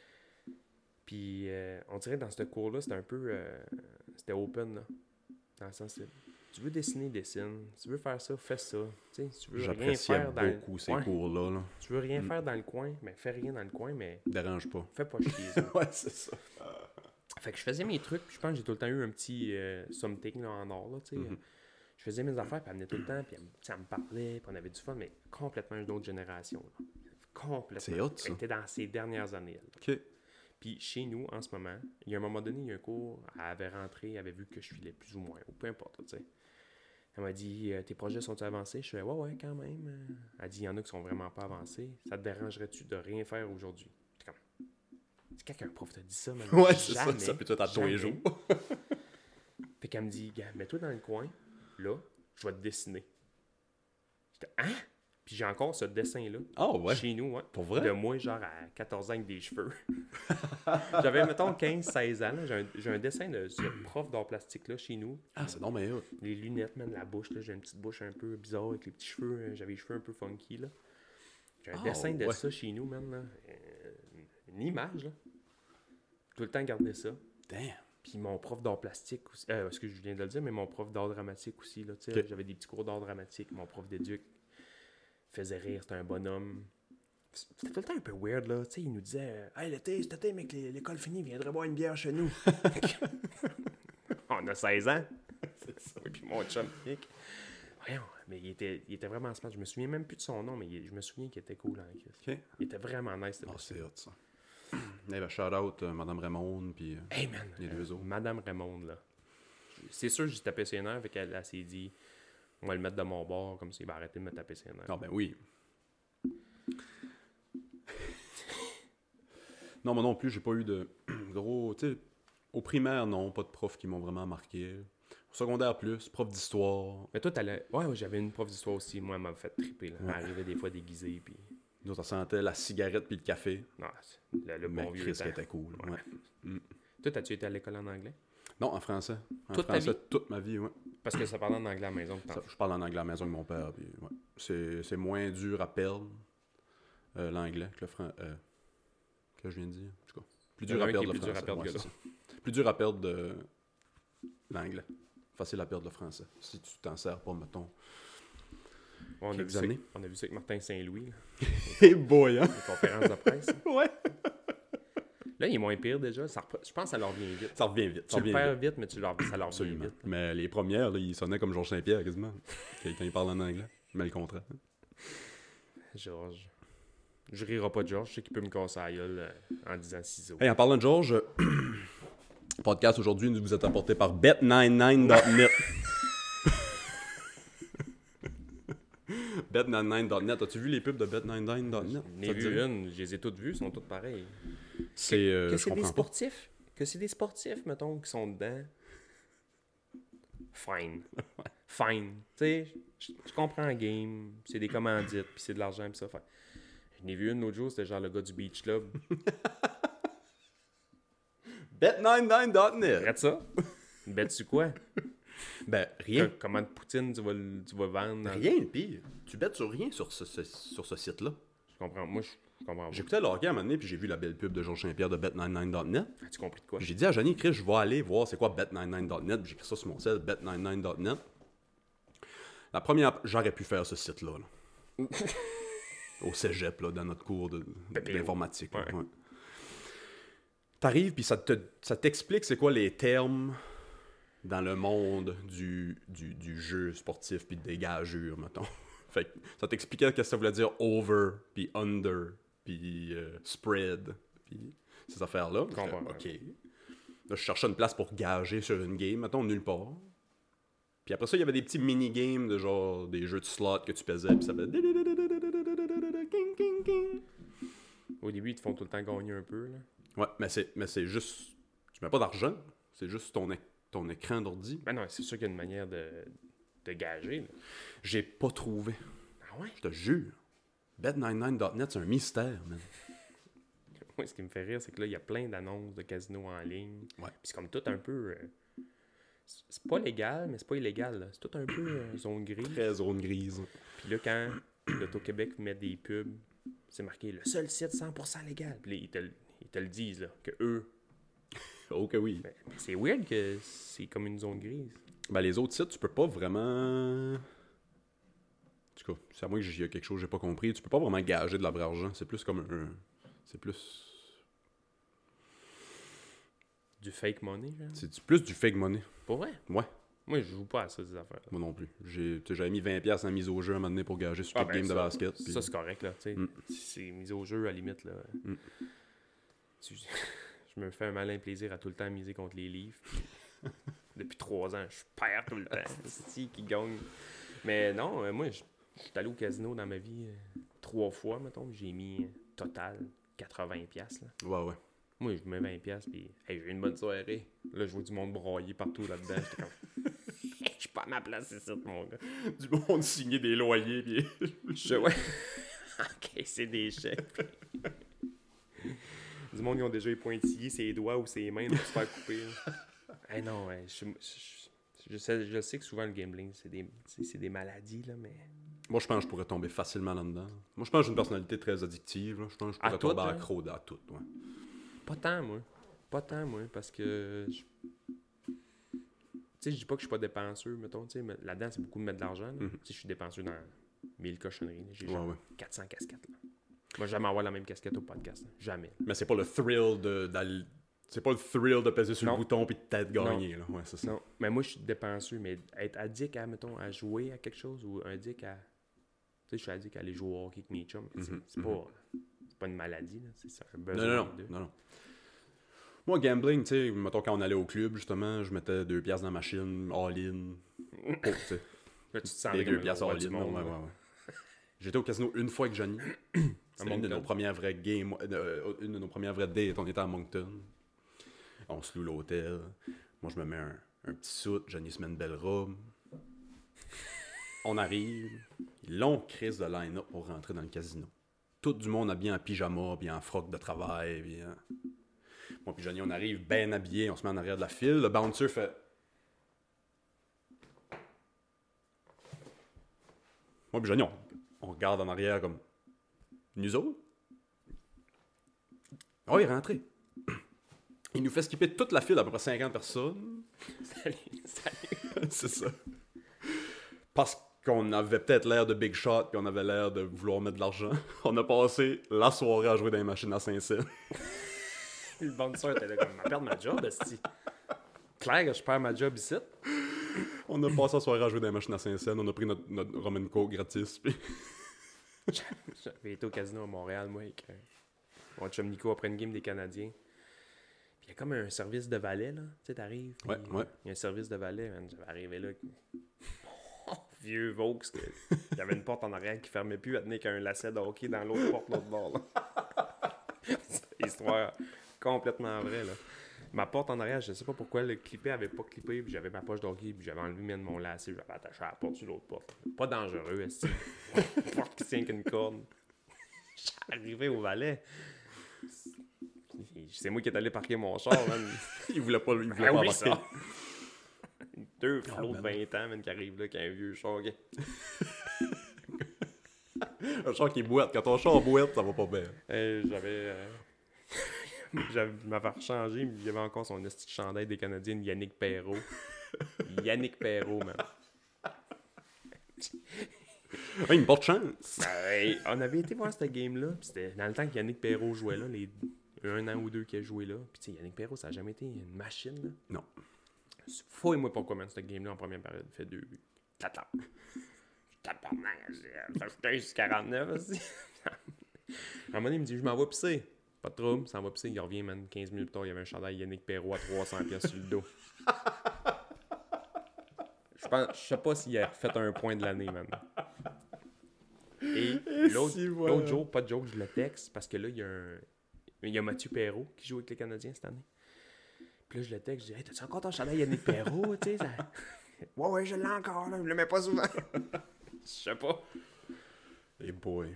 Puis euh, on dirait que dans ce cours-là, c'était un peu... euh, c'était open, là. Dans le sens, c'est, tu veux dessiner, dessine. Tu veux faire ça, fais ça. Tu sais, si tu veux rien J'appréciais faire dans le... beaucoup ces Ouais. cours-là. Là. Tu veux rien Mm. faire dans le coin, mais fais rien dans le coin, mais Dérange pas. fais pas chier. ça. Ouais, c'est ça. Fait que je faisais mes trucs, puis je pense que j'ai tout le temps eu un petit euh, something là, en or, là, tu sais. Mhm. Je faisais mes affaires, puis elle venait tout le temps, puis elle, me- tu sais, elle me parlait, puis on avait du fun, mais complètement une autre génération, là. Complètement. C'est hot, ça. Elle était dans ses dernières années, elle. OK. Puis chez nous, en ce moment, il y a un moment donné, il y a un cours, elle avait rentré, elle avait vu que je filais plus ou moins, ou peu importe, là, tu sais. Elle m'a dit, euh, tes projets sont-ils avancés? Je fais, ouais, ouais, quand même. euh. Elle dit, il y en a qui sont vraiment pas avancés. Ça te dérangerait-tu de rien faire aujourd'hui? J'étais comme, c'est quand qu'un prof t'a dit ça, même? Ouais, c'est ça. Jamais, Ça peut être à tous les jamais. jours. Fait qu'elle me dit, gars, mets-toi dans le coin, là, je vais te dessiner. J'étais, hein? Puis j'ai encore ce dessin-là, Ah ouais. chez nous, ouais. Pour vrai? De moi, genre à quatorze ans avec des cheveux. J'avais, mettons, quinze seize ans. là. J'ai un, j'ai un dessin de ce prof d'art plastique là chez nous. Ah, c'est non, mais hot. Les lunettes, man, la bouche, là. J'ai une petite bouche un peu bizarre avec les petits cheveux. euh, J'avais les cheveux un peu funky, là. J'ai un Ah, dessin de ouais. ça chez nous, man, là. Euh, une image, là. Tout le temps garder ça. Damn. Puis mon prof d'art plastique aussi. Euh, excuse, je viens de le dire, mais mon prof d'art dramatique aussi, là. Tu sais, Ok. j'avais des petits cours d'art dramatique. Mon prof d'éduc faisait rire, c'était un bonhomme. C'était tout le temps un peu weird, là. Tu sais, il nous disait euh, Hey, l'été, cet été, mec, l'é- l'école finie, viendrait boire une bière chez nous. On a seize ans. C'est ça. Oui, puis mon chum, Nick. Voyons, mais il était, il était vraiment smart. Je me souviens même plus de son nom, mais il- je me souviens qu'il était cool, hein, Chris. OK. Il était vraiment nice. Ah, c'est hot, ça. Eh ben, shout-out euh, Madame Raymond, puis... euh, Hey, man. Les deux autres. Madame Raymond, là. C'est sûr, j'ai tapé ses nerfs, fait qu'elle elle s'est dit on va le mettre de mon bord, comme ça, il va arrêter de me taper ses nerfs. Ah, ben oui. Non, moi non plus, j'ai pas eu de gros... Tu sais, au primaire, non, pas de profs qui m'ont vraiment marqué. Au secondaire, plus, prof d'histoire. Mais toi, t'allais. Ouais, ouais, j'avais une prof d'histoire aussi, moi, elle m'a fait triper, là. Elle Ouais. arrivait des fois déguisée, puis. Nous, ça sentait la cigarette puis le café. Non, c'est le, le mais bon vieux Chris temps. qui était cool. Ouais. Ouais. Mm. Toi, as-tu été à l'école en anglais? Non, en français. En Toute ta français, vie? toute ma vie, ouais. Parce que ça parlait en anglais à la maison. que t'en- Ça, je parle en anglais à la maison avec mon père. Puis, ouais. c'est, c'est moins dur à perdre euh, l'anglais que le français. Euh, que je viens de dire. En tout cas, plus Il y en dur a à un qui perdre est le plus dur à français. perdre Ouais, que c'est ça. Plus dur à perdre euh, l'anglais. Facile à perdre le français. Si tu t'en sers pas, mettons. Ouais, on, a vu quelques ça, années. on a vu ça avec Martin Saint-Louis, là, Hey boy, hein? les conférences de presse. Ouais. Là, il est moins pire déjà. Ça repre- Je pense que ça leur vient vite. Ça revient vite. Tu Ça le revient perds vite. vite, mais tu leur... ça leur vient Absolument. vite. Mais les premières, là, ils sonnaient comme Georges Saint-Pierre quasiment. Quand quand il parle en anglais. Mais le contraire. Georges. Je rirai pas de Georges. Je sais qu'il peut me casser la gueule euh, en disant ciseaux. Hey, en parlant de Georges, le podcast aujourd'hui nous vous est apporté par bet quatre-vingt-dix-neuf point net. bet quatre-vingt-dix-neuf point net. As-tu vu les pubs de bet quatre-vingt-dix-neuf point net? J'en ai vu une, je les ai toutes vues, elles sont toutes pareilles. C'est. euh, que je c'est des comprends pas. sportifs, que c'est des sportifs, mettons, qui sont dedans. Fine. Fine. Tu sais, je je comprends la game, c'est des commandites, puis c'est de l'argent, puis ça. Fait. J'en ai vu une l'autre jour, c'était genre le gars du Beach Club. bet quatre-vingt-dix-neuf point net. Arrête ça. Une bête sur quoi? Ben, rien. Que- Comment de poutine tu vas, le- tu vas vendre? dans- Rien de pire. Tu bêtes sur rien sur ce, ce- sur ce site-là. Je comprends. Moi, je je comprends pas. J'écoutais le hockey à un moment donné, puis j'ai vu la belle pub de Georges Saint-Pierre de bet quatre-vingt-dix-neuf point net. As-tu compris de quoi? Puis j'ai dit à Johnny, Chris, je vais aller voir c'est quoi bet quatre-vingt-dix-neuf point net. Puis j'ai écrit ça sur mon site, bet quatre-vingt-dix-neuf point net. La première, j'aurais pu faire ce site-là. là. Au cégep, là, dans notre cours de- d'informatique. là, Ouais. ouais. T'arrives, puis ça, te, ça t'explique c'est quoi les termes dans le monde du, du, du jeu sportif, puis des gageures, mettons. Fait que ça t'expliquait ce que ça voulait dire over, puis under, puis euh, spread, puis ces affaires-là. Je comprends. OK. Là, je cherchais une place pour gager sur une game, mettons, nulle part. Puis après ça, il y avait des petits mini-games de genre des jeux de slot que tu pesais, puis ça fait... Au début, ils te font tout le temps gagner un peu. Là. Ouais, mais c'est, mais c'est juste... Tu mets pas d'argent, c'est juste ton, éc- ton écran d'ordi. Ben non, c'est sûr qu'il y a une manière de, de gager. Là. J'ai pas trouvé. Ah ouais? Je te jure. bet quatre-vingt-dix-neuf point net, c'est un mystère, man. Ouais, ce qui me fait rire, c'est que là, il y a plein d'annonces de casinos en ligne. Ouais. Puis c'est comme tout un peu... euh, c'est- c'est pas légal, mais c'est pas illégal. Là. C'est tout un peu euh, zone grise. Très zone grise. Puis là, quand l'Auto-Québec met des pubs, c'est marqué « Le seul site cent pour cent légal ». Puis là, ils te, le- ils te le disent, là, que eux... Oh que oui. Ben, mais c'est weird que c'est comme une zone grise. Ben, les autres sites, tu peux pas vraiment... En tout cas, c'est à moi que j'ai quelque chose que j'ai pas compris. Tu peux pas vraiment gager de la vraie argent. C'est plus comme un... C'est plus... Du fake money, genre. C'est du- plus du fake money. Pour vrai? Ouais, Moi, je joue pas à ça, ces affaires-là. moi non plus. J'ai, tu sais, j'avais mis vingt dollars en mise au jeu à un moment donné pour gager sur Ah, quelques ben, games de ça, basket. puis- Ça, c'est correct, là. Tu sais, Mm. si c'est mis au jeu, à la limite, là. Mm. Tu- je me fais un malin plaisir à tout le temps miser contre les livres. puis depuis trois ans, je perds tout le temps. C'est qui gagne. Mais non, euh, moi, je je suis allé au casino dans ma vie euh, trois fois, mettons. J'ai mis euh, total quatre-vingts piastres, là. Ouais, ouais. Moi, je mets vingt piastres, puis hey, j'ai eu une bonne soirée. Là, je vois du monde broyer partout là-dedans. J'étais comme... Je suis pas à ma place ici, mon gars. Du monde signer des loyers, puis... Je... Ouais. Ok, c'est des chèques. Du monde, ils ont déjà les pointillés, ses doigts ou ses mains pour se faire couper. Eh hey, non, ouais, je, je, je, sais, je sais que souvent, le gambling, c'est des, c'est, c'est des maladies, là, mais... Moi, je pense que je pourrais tomber facilement là-dedans. Moi, je pense que j'ai une personnalité très addictive. Là. Je pense que je pourrais À tomber tout, hein? accro à tout. Ouais. Pas tant, moi. Pas tant, moi, parce que... je- Tu sais, je dis pas que je suis pas dépenseux, mettons, tu sais, mais là-dedans, c'est beaucoup de mettre de l'argent. là. Mhm. Tu sais, je suis dépenseux dans mille cochonneries. là. J'ai Ouais, genre ouais. quatre cents casquettes, là. Moi, jamais avoir la même casquette au podcast, là. Jamais. Mais c'est pas le thrill de... d'aller- C'est pas le thrill de peser sur Non. le bouton puis de t'être gagné. Là. Ouais, c'est ça. Non, mais moi, je suis dépenseux, mais être addict à, mettons, à jouer à quelque chose ou addict à... Tu sais, je suis addict à aller jouer au hockey avec mes chums. mais c'est- Mhm, C'est pas... C'est pas une maladie, là. C'est c'est un Non, besoin non, non, de... non, non. Moi, gambling, tu sais, mettons quand on allait au club, justement, je mettais deux piastres dans la machine, all-in. Oh, tu sais, Là, tu te sens les comme deux un piastres roi du all-in. monde, Ouais, ouais, là. ouais. J'étais au casino une fois avec Johnny. C'était une de Moncton. nos premières vraies games, euh, une de nos premières vraies dates. On était à Moncton. On se loue l'hôtel. Moi, je me mets un, un petit soute. Johnny se met une belle robe. On arrive. Long crise de line-up pour rentrer dans le casino. Tout du monde habillé en pyjama, bien en froc de travail. Bien... Moi puis Johnny, on arrive bien habillés, on se met en arrière de la file. Le bouncer fait... Moi puis Johnny, on, on regarde en arrière comme... Nous autres? Oh, il est rentré. Il nous fait skipper toute la file, à peu près cinquante personnes. Salut, salut. C'est ça. Parce qu'on avait peut-être l'air de big shot, puis on avait l'air de vouloir mettre de l'argent. On a passé la soirée à jouer dans les machines à Saint-Cyr. Le bouncer était là comme, je vais perdre ma job, esti. Claire que je perds ma job ici. On a passé la soirée à jouer dans les machines à Saint-Cyr. On a pris notre, notre rum and coke gratis. Puis... J'avais été au casino à Montréal, moi, avec euh, mon chum Nico après une game des Canadiens. Puis il y a comme un service de valet, là. Tu sais, t'arrives. Ouais, ouais. Il y a un service de valet, man. J'avais arrivé là. Vieux Vaux, que il y avait une porte en arrière qui fermait plus, elle tenait qu'un lacet de hockey dans l'autre porte, l'autre bord, là. C'est histoire complètement vraie, là. Ma porte en arrière, je sais pas pourquoi le clipper avait pas clippé, puis j'avais ma poche d'hockey, puis j'avais enlevé même mon lacet, j'avais attaché à la porte sur l'autre porte. Pas dangereux, est-ce que porte qui tient qu'une corde. J'arrivais au valet. C'est moi qui est allé parquer mon char, man. Il voulait pas, il voulait Ah pas oui, embarquer. ça. Deux flots Ah, de ben vingt ans, man, qui arrivent là, qui a un vieux char. Okay. Un char qui boite. Quand ton char boite, ça va pas bien. Euh, j'avais... Euh... j'avais je m'avais rechangé, mais j'avais encore son esti de chandail des Canadiens, Yannick Perrault. Yannick Perrault, man. Ouais, une porte chance. Ben, on avait été voir cette game-là, pis c'était dans le temps que Yannick Perrault jouait là, les un an ou deux qu'il a joué là. Puis tu sais, Yannick Perrault, ça a jamais été une machine, là. Non. Faut et moi pourquoi, man, cette game-là, en première période, il fait deux buts. Tata. Tabarnak, ça fait quarante-neuf aussi. À un moment donné, il me dit, je m'en vais pisser. Pas de trouble, ça en va pisser. Il revient, man, quinze minutes plus tard, il y avait un chandail Yannick Perrault à trois cents pièces sur le dos. Je pense, je sais pas s'il a fait un point de l'année, man. Et l'autre, si, voilà. l'autre jour, pas de joke, je le texte parce que là, il y a un. Il y a Mathieu Perrault qui joue avec les Canadiens cette année. Puis là, je le texte, je dis, hey, t'as-tu encore ton chandail Yannick Perrault, tu sais? Ça... Ouais, ouais, je l'ai encore, là, je le mets pas souvent. Je sais pas. Hey boy.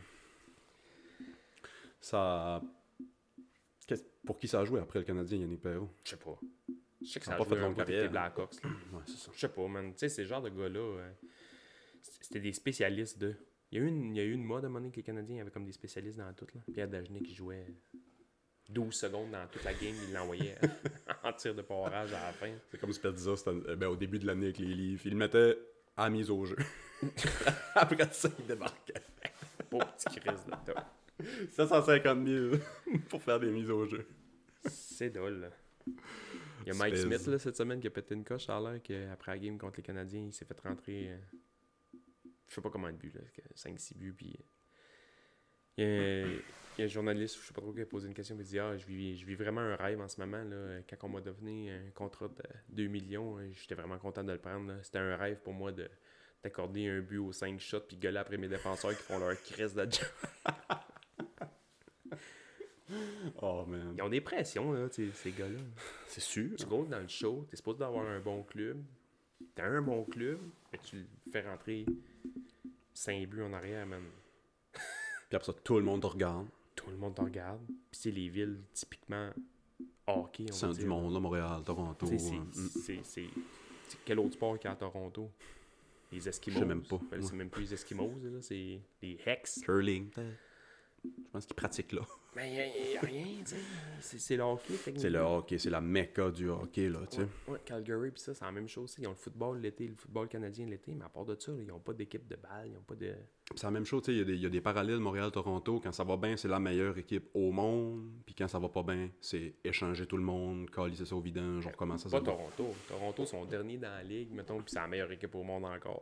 Ça. Qu'est-ce- Pour qui ça a joué après le Canadien, Yannick Perrault? Je sais pas. Je sais que Ça ça a a pas joué fait un longue bout avec carrière. les Blackhawks, là. Ouais, c'est ça. Je sais pas, man. Tu sais, ces genres de gars-là, euh, c'était des spécialistes de. Il y a eu une, il y a eu une mode à un moment donné que les Canadiens avaient comme des spécialistes dans tout, là. Pierre Dagenet qui jouait douze secondes dans toute la game, il l'envoyait en tir de barrage à la fin. C'est comme Spezza, c'était euh, ben, au début de l'année avec les livres. Il le mettait à la mise au jeu. Après ça, il débarquait. Pauvre petit Chris de top. sept cent cinquante mille pour faire des mises au jeu. C'est drôle, là. Il y a Mike Spez. Smith, là, cette semaine, qui a pété une coche. Ça a l'air qu'après la game contre les Canadiens, il s'est fait rentrer... euh, je sais pas comment de buts, là. cinq six buts, puis... Il y, a, il y a un journaliste, je sais pas trop qui a posé une question, il dit « Ah, je vis, je vis vraiment un rêve en ce moment, là. Quand on m'a donné un contrat de deux millions, j'étais vraiment content de le prendre, là. C'était un rêve pour moi de d'accorder un but aux cinq shots puis gueuler après mes défenseurs qui font leur crise de job. » Oh man. Ils ont des pressions, là, t'sais, ces gars-là. C'est sûr. Tu goes dans le show, t'es supposé d'avoir un bon club. T'as un bon club, mais tu le fais rentrer cinq buts en arrière, man. Puis après ça, tout le monde te regarde. Tout le monde te regarde. Puis c'est les villes typiquement hockey, on va Centre dire. du monde, là, Montréal, Toronto. T'sais, c'est, hein. c'est, c'est, c'est quel autre sport qu'il y a à Toronto? Les Eskimos. Je sais même pas. Ben, c'est même plus les Eskimos, là, c'est les Hex. Curling. Je pense qu'ils pratiquent là. Mais il n'y a, rien, tu sais. C'est, c'est le hockey, techniquement. C'est le hockey, c'est la mecca du hockey, là, tu sais. Ouais, ouais, Calgary, puis ça, c'est la même chose. Ils ont le football l'été, le football canadien l'été, mais à part de ça, là, ils n'ont pas d'équipe de balle, ils n'ont pas de... Puis c'est la même chose, tu sais, il y a des- il y, a des parallèles Montréal-Toronto. Quand ça va bien, c'est la meilleure équipe au monde. Puis quand ça va pas bien, c'est échanger tout le monde, calisser ça au vidange, on recommence à Pas ça. Toronto. Toronto sont derniers dans la ligue, mettons, puis c'est la meilleure équipe au monde encore.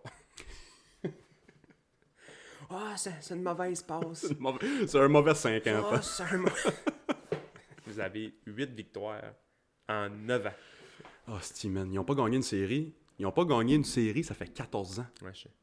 Ah, c'est, c'est une mauvaise passe. C'est mauvais- c'est un mauvais cinquante Ah, ans. c'est un mauvais... Vous avez huit victoires en neuf ans. Oh, Steve, man, ils ont pas gagné une série. Ils ont pas gagné une série, ça fait quatorze ans. Ouais, je sais.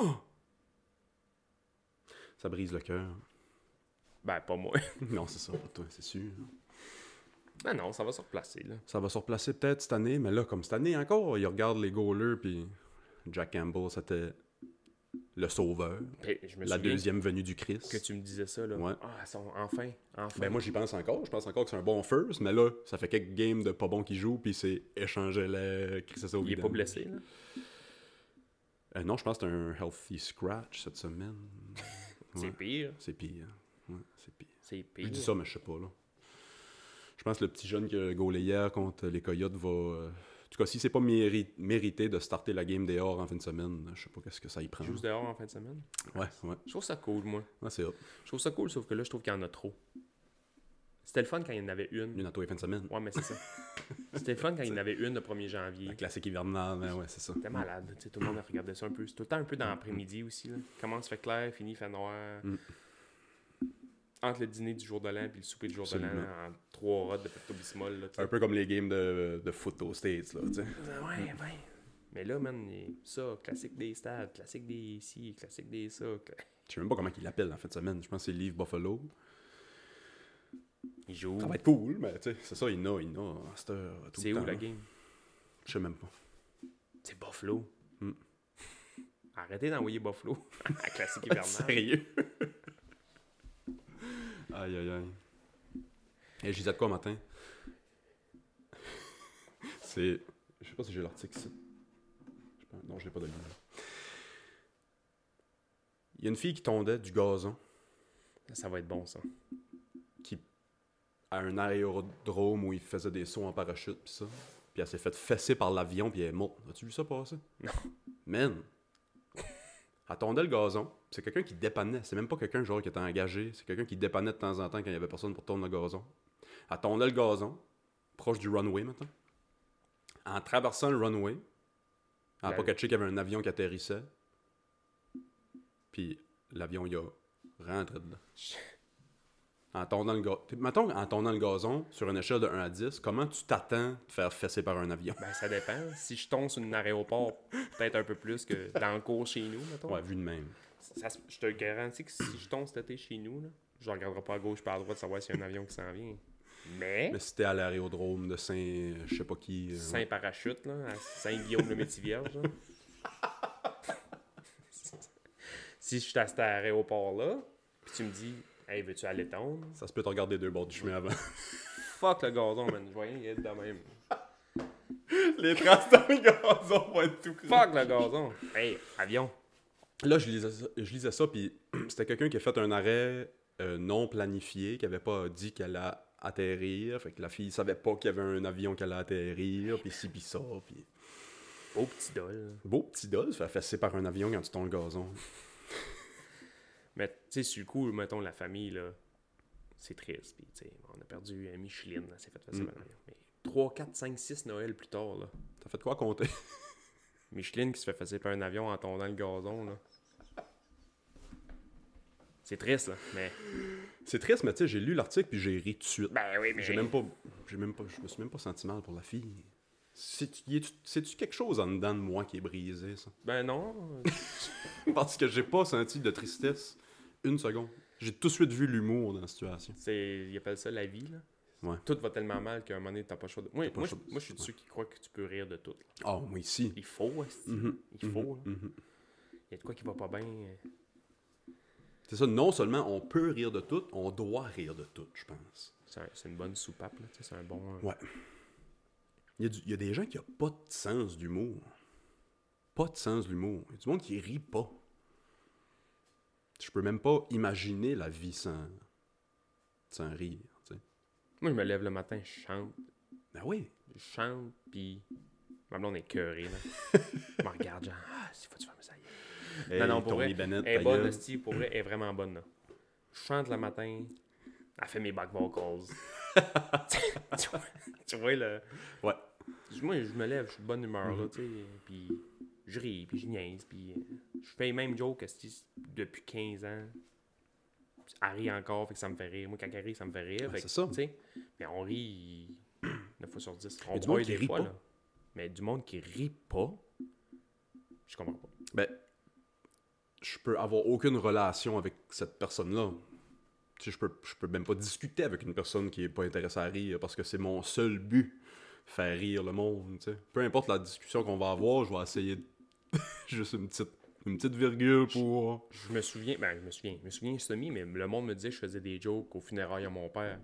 Ça brise le cœur. Ben, pas moi. Non, c'est ça, pas toi, c'est sûr. Ben non, ça va se replacer, là. Ça va se replacer peut-être cette année, mais là, comme cette année encore, ils regardent les goalers, puis Jack Campbell, c'était le sauveur, Puis, je me la souviens deuxième venue du Christ. que tu me disais ça, là. Ouais. Ah, ils sont enfin, enfin. Ben moi j'y pense encore, je pense encore que c'est un bon first, mais là, ça fait quelques games de pas bon qui jouent, puis c'est échanger le Chris au Il est pas blessé, là. Euh, non, je pense que c'est un healthy scratch cette semaine. C'est Ouais. pire. C'est pire. Ouais, c'est pire. C'est pire. Je dis ça, mais je sais pas, là. Je pense que le petit jeune qui a gaulé hier contre les Coyotes va... euh, En tout cas, si c'est pas méri- mérité de starter la game dehors en fin de semaine, je sais pas qu'est-ce que ça y prend. Il joue dehors en fin de semaine. Ouais, ouais. Je trouve ça cool, moi. Ouais, c'est hot. Je trouve ça cool, sauf que là, je trouve qu'il y en a trop. C'était le fun quand il y en avait une. Une à tous les fins de semaine. Ouais, mais c'est ça. C'était le fun quand il y en avait une le premier janvier. La classique hivernale, mais ouais, c'est ça. C'était malade. Tu sais, tout le monde regardait ça un peu. C'est tout le temps un peu dans l'après-midi aussi. Là. Commence, fait clair, finit, fait noir. Mm. Entre le dîner du jour de l'an et le souper du jour de l'an, Absolument. en trois rods de Pepto-Bismol. Là, tu sais. Un peu comme les games de, de foot aux States, là, tu sais. Ouais, ouais. Mais là, man, il- ça, classique des stades, classique des ci, classique des ça. cla- Je sais même pas comment il l'appelle en fin de semaine. Je pense que c'est Leave Buffalo. Il joue. Ça va être cool, mais tu sais, c'est ça, il y en a, il y en a à cette heure, tout C'est le où temps. la game? Je sais même pas. C'est Buffalo. Mm. Arrêtez d'envoyer Buffalo à classique hivernal. Sérieux? Aïe, aïe, aïe. Et je disais de quoi matin? C'est... Je sais pas si j'ai l'article ici. Je sais pas- Non, je l'ai pas de livre. Il y a une fille qui tondait du gazon Ça va être bon, ça. à un aérodrome où il faisait des sauts en parachute pis ça. Puis elle s'est faite fesser par l'avion puis elle est morte. As-tu vu ça passer? Non. Man! Elle tondait le gazon. C'est quelqu'un qui dépannait. C'est même pas quelqu'un genre qui était engagé. C'est quelqu'un qui dépannait de temps en temps quand il y avait personne pour tondre le gazon. Elle tondait le gazon, proche du runway maintenant. En traversant le runway, elle n'a Ben- pas catché qu'il y avait un avion qui atterrissait. Puis l'avion, il a rentré dedans. En tondant le gazon. Mettons, en tondant le gazon, sur une échelle de un à dix, comment tu t'attends de faire fesser par un avion? Ben, ça dépend. Si je tombe sur un aéroport, peut-être un peu plus que dans le cours chez nous, mettons. Ouais, vu de même. Ça se- je te garantis que si je tombe cet été chez nous, là, je regarderai pas à gauche pas à droite savoir s'il y a un avion qui s'en vient. Mais, Mais si t'es à l'aérodrome de Saint... je sais pas qui... euh, Saint Parachute, là, à Saint-Guillaume-le-Métis-Vierge, là. Si je suis à cet aéroport-là, puis tu me dis, hey, veux-tu aller tondre? ça se peut te regarder deux bords du chemin avant. Fuck le gazon, man. Je vois rien y être de même. Les traces dans le gazon vont être tout croche. Fuck le gazon. Hey, avion. Là, je lisais ça, je lisais ça puis c'était quelqu'un qui a fait un arrêt euh, non planifié, qui avait pas dit qu'elle allait atterrir. Fait que la fille savait pas qu'il y avait un avion qui allait atterrir, puis ci, puis ça, puis... Beau petit dol. Beau petit dol, se faire fesser par un avion quand tu tombes le gazon. Mais, tu sais, sur le coup, mettons, la famille, là, c'est triste. Puis, tu sais, on a perdu euh, Micheline, elle s'est fait passer Mm. par l'avion. Mais trois, quatre, cinq, six Noël plus tard, là. T'as fait quoi à compter? Micheline qui se fait passer par un avion en tombant le gazon, là. C'est triste, là, mais... C'est triste, mais tu sais, j'ai lu l'article puis j'ai ri tout de suite. Ben oui, mais... J'ai même pas... J'ai même pas... Je me suis même pas senti mal pour la fille. C'est-tu y est-tu- c'est-tu quelque chose en dedans de moi qui est brisé, ça? Ben non. Parce que j'ai pas senti de tristesse une seconde. J'ai tout de suite vu l'humour dans la situation. C'est... Ils appellent ça la vie, là. Ouais. Tout va tellement mal qu'à un moment donné, t'as pas le choix de... Moi, T'as pas moi, le je, choix de- moi, je suis de ceux qui croient que tu peux rire de tout, là. Ah, moi ici. Il faut, esti. Mhm, Il faut, là. mhm. Il y a de quoi qui va pas bien. euh. C'est ça, non seulement on peut rire de tout, on doit rire de tout, je pense. C'est, un- c'est une bonne soupape, là. Tu sais, c'est un bon... euh, Ouais. Il y, a du- il y a des gens qui n'ont pas de sens d'humour. Pas de sens de l'humour. Il y a du monde qui rit pas. Je peux même pas imaginer la vie sans, sans rire, tu sais. Moi, je me lève le matin, je chante. Ben oui. Je chante, puis ma blonde est cœurée, là. Je me regarde, genre, ah, s'il faut que tu fermes ça. y est. Hey, non, non, pour Tony vrai, Bennett, elle est ta bonne, gueule. hostie, pour vrai, elle est vraiment bonne, là. Je chante le matin, elle fait mes back vocals. tu, vois, tu vois, le... Ouais. Moi, je me lève, je suis de bonne humeur, là, Mhm. tu sais, puis je ris, puis je niaise, puis euh, je fais les mêmes jokes hostie, depuis quinze ans. Elle rit encore, fait que ça me fait rire. Moi, quand elle rit, ça me fait rire. Ouais, fait que, c'est ça. tu sais, mais on rit neuf fois sur dix. On Mais du monde braille qui des rit fois, pas. là. Mais du monde qui rit pas, je comprends pas. Ben, je peux avoir aucune relation avec cette personne-là. Tu sais, je peux, je peux même pas discuter avec une personne qui est pas intéressée à rire parce que c'est mon seul but, faire rire le monde, tu sais. Peu importe la discussion qu'on va avoir, je vais essayer de... juste une petite Une petite virgule pour... Je me souviens, ben je me souviens, je me souviens semi, mais le monde me disait que je faisais des jokes au funérailles à mon père.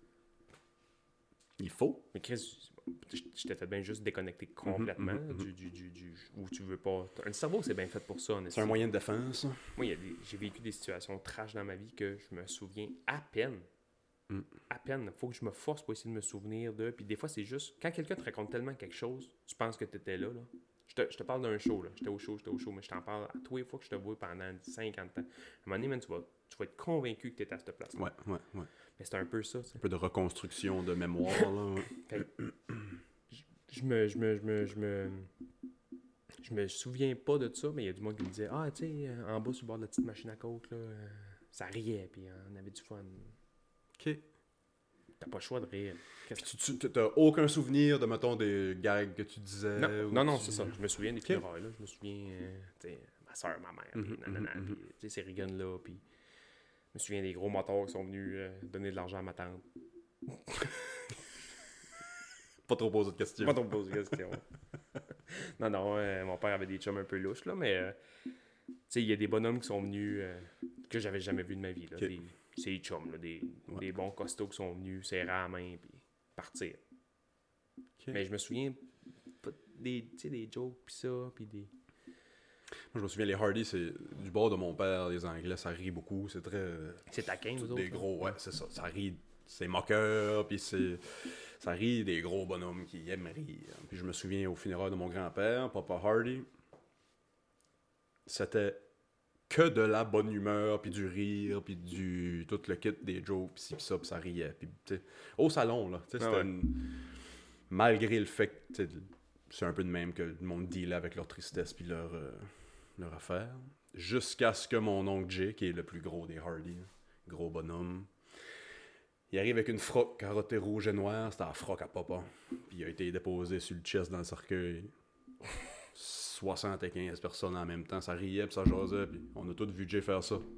Il faut. Mais Chris, je je t'ai fait bien juste déconnecter complètement Mhm, mhm, du, du, du, du- où tu veux pas. Un cerveau, c'est bien fait pour ça, C'est honnêtement. un moyen de défense. Moi, il y a des- j'ai vécu des situations trash dans ma vie que je me souviens à peine. Mm. À peine. Faut que je me force pour essayer de me souvenir de. Puis des fois, c'est juste. Quand quelqu'un te raconte tellement quelque chose, tu penses que tu étais là. là. Je, te, je te parle d'un show. là. J'étais au show, j'étais au show, mais je t'en parle à tous les fois que je te vois pendant cinquante ans. À un moment donné, man, tu, vas, tu vas être convaincu que tu es à cette place-là. Ouais, ouais, ouais. Mais c'est un peu ça. tu sais. Un peu de reconstruction de mémoire, là. ouais. Fait que je, je me. Je me. Je me. Je me Je me souviens pas de ça, mais il y a du monde qui me disait ah, tu sais, en bas sur le bord de la petite machine à coke, là, euh, ça riait, puis on avait du fun. OK. T'as pas le choix de rire. Puis tu, tu t'as aucun souvenir de, mettons, des gags que tu disais? Non, ou non, non, tu- c'est ça. Je me souviens des Ok. funérailles, là. Je me souviens, euh, tu sais, ma soeur, ma mère, puis Mhm, nanana, mhm, puis, tu sais, ces rigones-là, puis je me souviens des gros motards qui sont venus euh, donner de l'argent à ma tante. Pas trop poser de questions. Pas trop me poser de questions. non, non, euh, mon père avait des chums un peu louches, là, mais, euh, tu sais, il y a des bonhommes qui sont venus euh, que j'avais jamais vus de ma vie, là. Ok. Des, c'est des chums, là, des, Ouais. des bons costauds qui sont venus serrer la main, puis partir. Ok. Mais je me souviens pas des, tu sais, des jokes, puis ça, puis des... Moi, je me souviens, les Hardy, c'est du bord de mon père, les Anglais, ça rit beaucoup. C'est très. C'est taquin, vous Des autres, là. gros, ouais, c'est ça. Ça rit. C'est moqueur, puis c'est. Ça rit des gros bonhommes qui aiment rire. Puis je me souviens au funérailles de mon grand-père, Papa Hardy. C'était que de la bonne humeur, puis du rire, puis du. Tout le kit des jokes, puis ci, puis ça, puis ça riait. Puis, tu sais, au salon, là. Tu sais, Ah c'était ouais. une- malgré le fait que, tu sais, c'est un peu de même que le monde dealait avec leur tristesse, puis leur, euh, leur affaire. Jusqu'à ce que mon oncle Jay, qui est le plus gros des Hardy, gros bonhomme, il arrive avec une froc carottée rouge et noire, c'était la froc à papa. Puis il a été déposé sur le chest dans le cercueil. soixante-quinze personnes en même temps, ça riait puis ça jasait, puis on a tous vu Jay faire ça.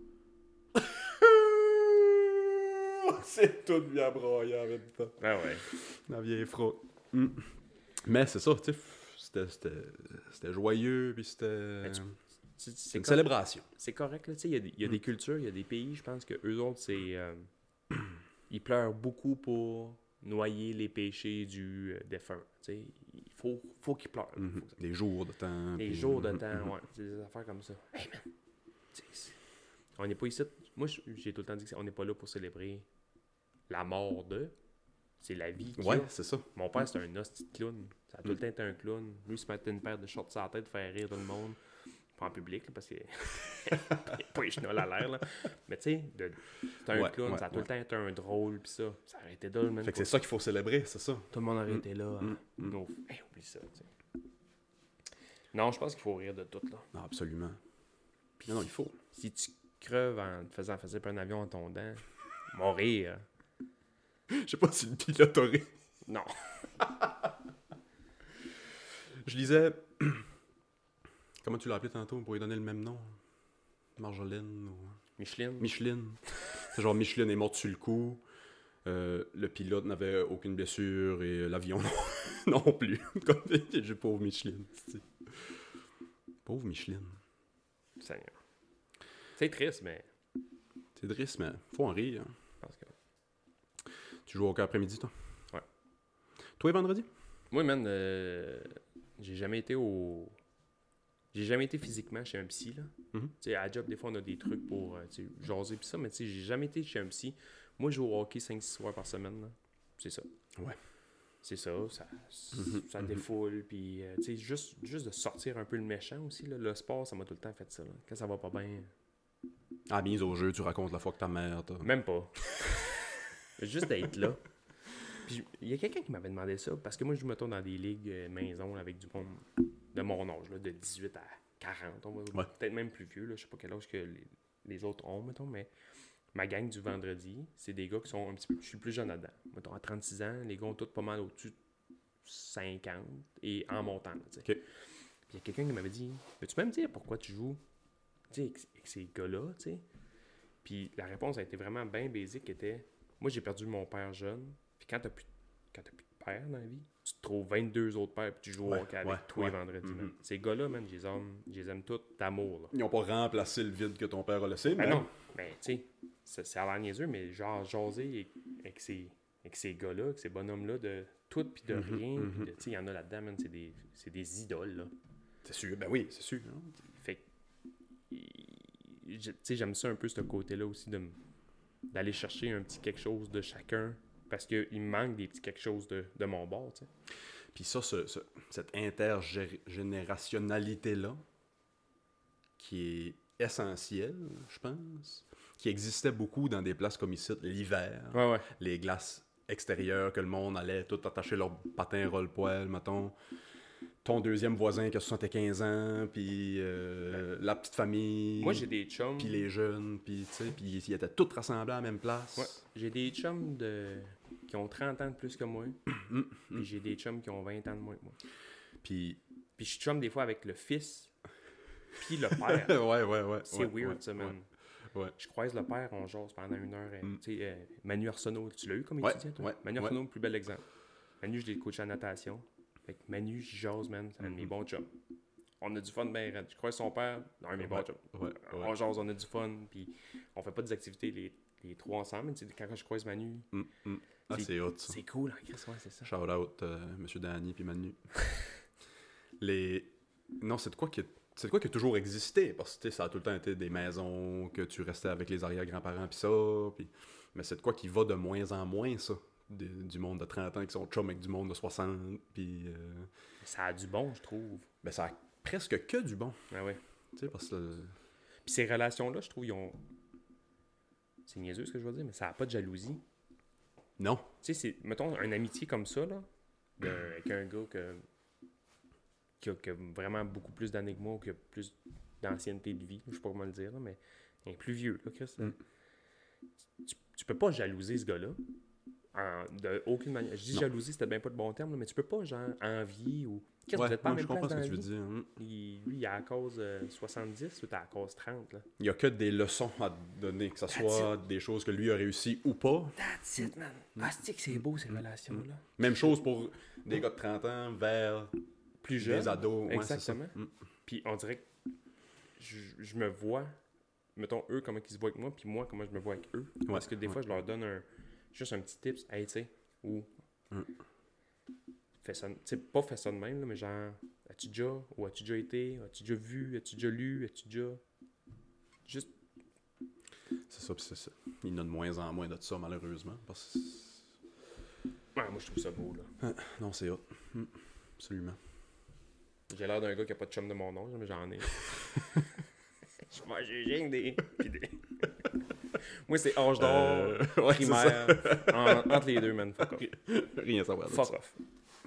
C'est tout bien broyé en même temps. Ah ouais. La vieille froc. Mm. Mais c'est ça, tu sais, c'était, c'était, c'était joyeux, puis c'était... Mais tu- C'est, C'est c'est une cor- célébration. c'est correct, là. Tu sais, il y a, des- il y a des cultures, il y a des pays, je pense que eux autres, c'est... euh, ils pleurent beaucoup pour noyer les péchés du euh, défunt. Tu sais, il faut, faut qu'ils pleurent. là. Mhm. Faut que ça- Des jours de temps. Des puis- jours de Mhm, temps, mhm. ouais. C'est des affaires comme ça. Hey, man! Tu sais, c'est- on n'est pas ici... Moi, je- j'ai tout le temps dit qu'on n'est pas là pour célébrer la mort de... C'est la vie qu'il y a. Ouais, c'est ça. Mon père, c'était un hostie de clown. Ça a tout le temps été un clown. Lui, il se mettait une paire de shorts sur la tête, faire rire tout le monde. Pas en public, là, parce que. Il n'y a pas les chenolles à l'air, là. Mais tu sais, de- c'était un Ouais, clown. ouais, ça a tout le ouais. temps été un drôle, pis ça. Ça aurait été drôle, man. Fait que c'est ça qu'il faut célébrer, c'est ça. Tout le monde aurait été là. mm, mm. Non, hey, oublie ça, tu sais. Non, je pense qu'il faut rire de tout, là. Non, absolument. Non, non, il faut. Si tu creves en te faisant faire un avion en tombant, mon rire. Je sais pas si le pilote aurait. Non. Je lisais. Comment tu l'as appelé tantôt pour lui donner le même nom? Marjolaine ou. Micheline. Micheline. C'est genre Micheline est morte sur le coup. Euh, le pilote n'avait aucune blessure et l'avion non, non plus. Comme j'ai pauvre Micheline. c'est- Pauvre Micheline. Seigneur. C'est triste, mais C'est triste, mais faut en rire. hein. je pense que. Tu joues au hockey après-midi, toi? Ouais. Toi et vendredi? Moi, man, euh, j'ai jamais été au. J'ai jamais été physiquement chez un psy, là. Mhm. Tu sais, à la job, des fois, on a des trucs pour euh, tu sais, jaser pis ça, mais tu sais, j'ai jamais été chez un psy. Moi, je joue au hockey cinq six soirs par semaine, là. C'est ça. Ouais. C'est ça, ça, Mhm, ça mhm. défoule, puis euh, tu sais, juste, juste de sortir un peu le méchant aussi, là. Le sport, ça m'a tout le temps fait ça, là. Quand ça va pas bien, Ah, mise au jeu, tu racontes la fois que ta mère t'a. même pas. Juste d'être là. Puis il y a quelqu'un qui m'avait demandé ça, parce que moi, je me tourne dans des ligues euh, maison là, avec du monde de mon âge, là, de dix-huit à quarante, on va Ouais. peut-être même plus vieux, là, je sais pas quel âge que les, les autres ont, mettons, mais ma gang du vendredi, c'est des gars qui sont un petit peu, je suis le plus jeune là-dedans, mettons à trente-six ans, les gars ont tous pas mal au-dessus de cinquante et en montant, là, tu sais. Ok. Puis il y a quelqu'un qui m'avait dit, peux-tu même dire pourquoi tu joues, tu sais, avec, avec ces gars-là, tu sais. Puis la réponse a été vraiment bien basique, qui était, moi j'ai perdu mon père jeune, puis quand t'as plus quand t'as plus de père dans la vie, tu te trouves vingt-deux autres pères puis tu joues au Ouais, hockey avec ouais, tous les ouais. vendredis. Mhm. man. Ces gars-là, man, je les aime, je les aime tous d'amour. Là. Ils n'ont pas remplacé le vide que ton père a laissé, mais... Ben non, mais tu sais, ça- c'est à l'air niaiseux, mais genre jaser avec ces, avec ces gars-là, avec ces bonhommes-là, de tout puis de Mhm, rien, mhm. puis de- tu sais, il y en a là-dedans, man, c'est des, c'est des idoles, là. C'est sûr, ben oui, c'est sûr. hein. Fait que, il- je- tu sais, j'aime ça un peu, ce côté-là aussi, de m- d'aller chercher un petit quelque chose de chacun, parce qu'il me manque des petits quelque chose de, de mon bord, tu sais. Puis ça, ce- ce- cette intergénérationnalité-là, qui est essentielle, je pense, qui existait beaucoup dans des places comme ici, l'hiver, Ouais, ouais. les glaces extérieures, que le monde allait tout attacher leur patin rolle-poil, mettons. Ton deuxième voisin qui a soixante-quinze ans, puis euh, la petite famille, Moi, j'ai des chums. puis les jeunes, puis tu sais, puis ils étaient tous rassemblés à la même place. Ouais. J'ai des chums de... qui ont trente ans de plus que moi. Puis j'ai des chums qui ont vingt ans de moins que moi. Puis, Puis je suis chum des fois avec le fils, puis le père. ouais, ouais, ouais. C'est ouais, weird, ouais, ça, man. ouais. Ouais. Je croise le père, on jase pendant une heure. euh, Mm. Tu sais, euh, Manu Arsenault, tu l'as eu comme Ouais, étudiant, toi? ouais, Manu ouais. Arsenault, le plus bel exemple. Manu, je l'ai coaché en natation. Fait que Manu, je jase, man. C'est un de mes Mhm. bons chums. On a du fun, ben raide. Je croise son père, un de mes bons Ouais, chums. ouais, ouais. On jase, on a du fun, puis on fait pas des activités les, les trois ensemble. Mais tu sais, quand je croise Manu, Mm, mm. Ah, C'est- c'est hot, ça. c'est cool, hein, Chris, ouais, c'est ça. Shout out, euh, Monsieur Danny puis Manu. Les... Non, c'est de quoi qui... C'est de quoi qui a toujours existé, parce que tu sais, ça a tout le temps été des maisons, que tu restais avec les arrière-grands-parents, puis ça, puis... mais c'est de quoi qui va de moins en moins, ça, de- du monde de trente ans qui sont chum avec du monde de soixante, puis... euh, Ça a du bon, je trouve. Ben, ça a presque que du bon, Ah ouais. tu sais, parce que... Puis ces relations-là, je trouve, ils ont... C'est niaiseux ce que je veux dire, mais ça n'a pas de jalousie. Non. Tu sais, c'est, mettons, une amitié comme ça, là, de- avec un gars que, qui, a, qui a vraiment beaucoup plus d'années que moi, ou qui a plus d'ancienneté de vie, je sais pas comment le dire, là, mais il est plus vieux, là, Chris. là. Mm. Tu, tu peux pas jalouser ce gars-là, en- de aucune manière. Je dis Non. jalousie, c'était bien pas le bon terme, là, mais tu peux pas, genre, envier ou... Chris, Ouais, vous êtes pas à ouais, la je même comprends place ce que dans tu la veux vie. dire. hein. Il- lui, il est à la cause euh, soixante-dix ou t'es à la cause trente, là. Il y a que des leçons à te donner, que ce soit des choses que lui a réussi ou pas. That's it, man. Ah, c'est que c'est beau, ces relations-là. Même chose pour des gars de trente ans vers Plus jeune. des ados. Ouais, c'est ça. Exactement. Mm. Puis on dirait que je, je me vois, mettons, eux, comment ils se voient avec moi, puis moi, comment je me vois avec eux. Parce que des ouais. fois, je leur donne un, juste un petit tips. Hey, tu sais, ou. Mm. Fais ça. Tu sais, pas fais ça de même, là, mais genre, as-tu déjà, ou as-tu déjà été, as-tu déjà vu, as-tu déjà lu, as-tu déjà. Juste. C'est ça, puis c'est ça. Il y en a de moins en moins de ça, malheureusement. Parce que... Ouais, moi, je trouve ça beau, là. Non, c'est hot. Mm. Absolument. J'ai l'air d'un gars qui a pas de chum de mon nom, mais j'en ai. Je mange j'ai des. pis des- Moi, c'est âge d'or, Euh, ouais, c'est primaire, en- entre les deux, man. Fuck off. Rien à savoir de Fuck ça. off.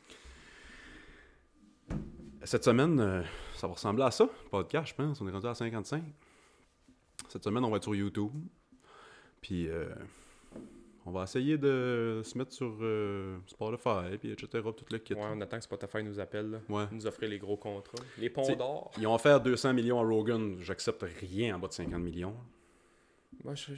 Cette semaine, euh, ça va ressembler à ça, le podcast, je pense. On est rendu à cinquante-cinq. Cette semaine, on va être sur YouTube. Puis, euh, on va essayer de se mettre sur euh, Spotify, puis et cetera. Tout le kit. Ouais, on attend que Spotify nous appelle, là. Ouais. Nous offrir les gros contrats. Les ponts T'sais, d'or. Ils ont offert deux cents millions à Rogan. J'accepte rien en bas de cinquante millions. Moi, je...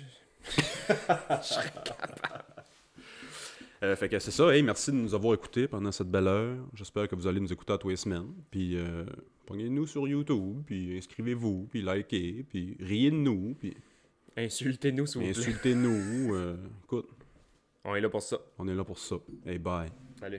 Euh, fait que c'est ça. Hey, merci de nous avoir écoutés pendant cette belle heure. J'espère que vous allez nous écouter à tous les semaines. Puis, euh, pognez-nous sur YouTube, puis inscrivez-vous, puis likez, puis riez de nous, puis Insultez-nous, s'il vous plaît. insultez-nous. Euh, écoute, On est là pour ça. on est là pour ça. Hey, bye. Allez.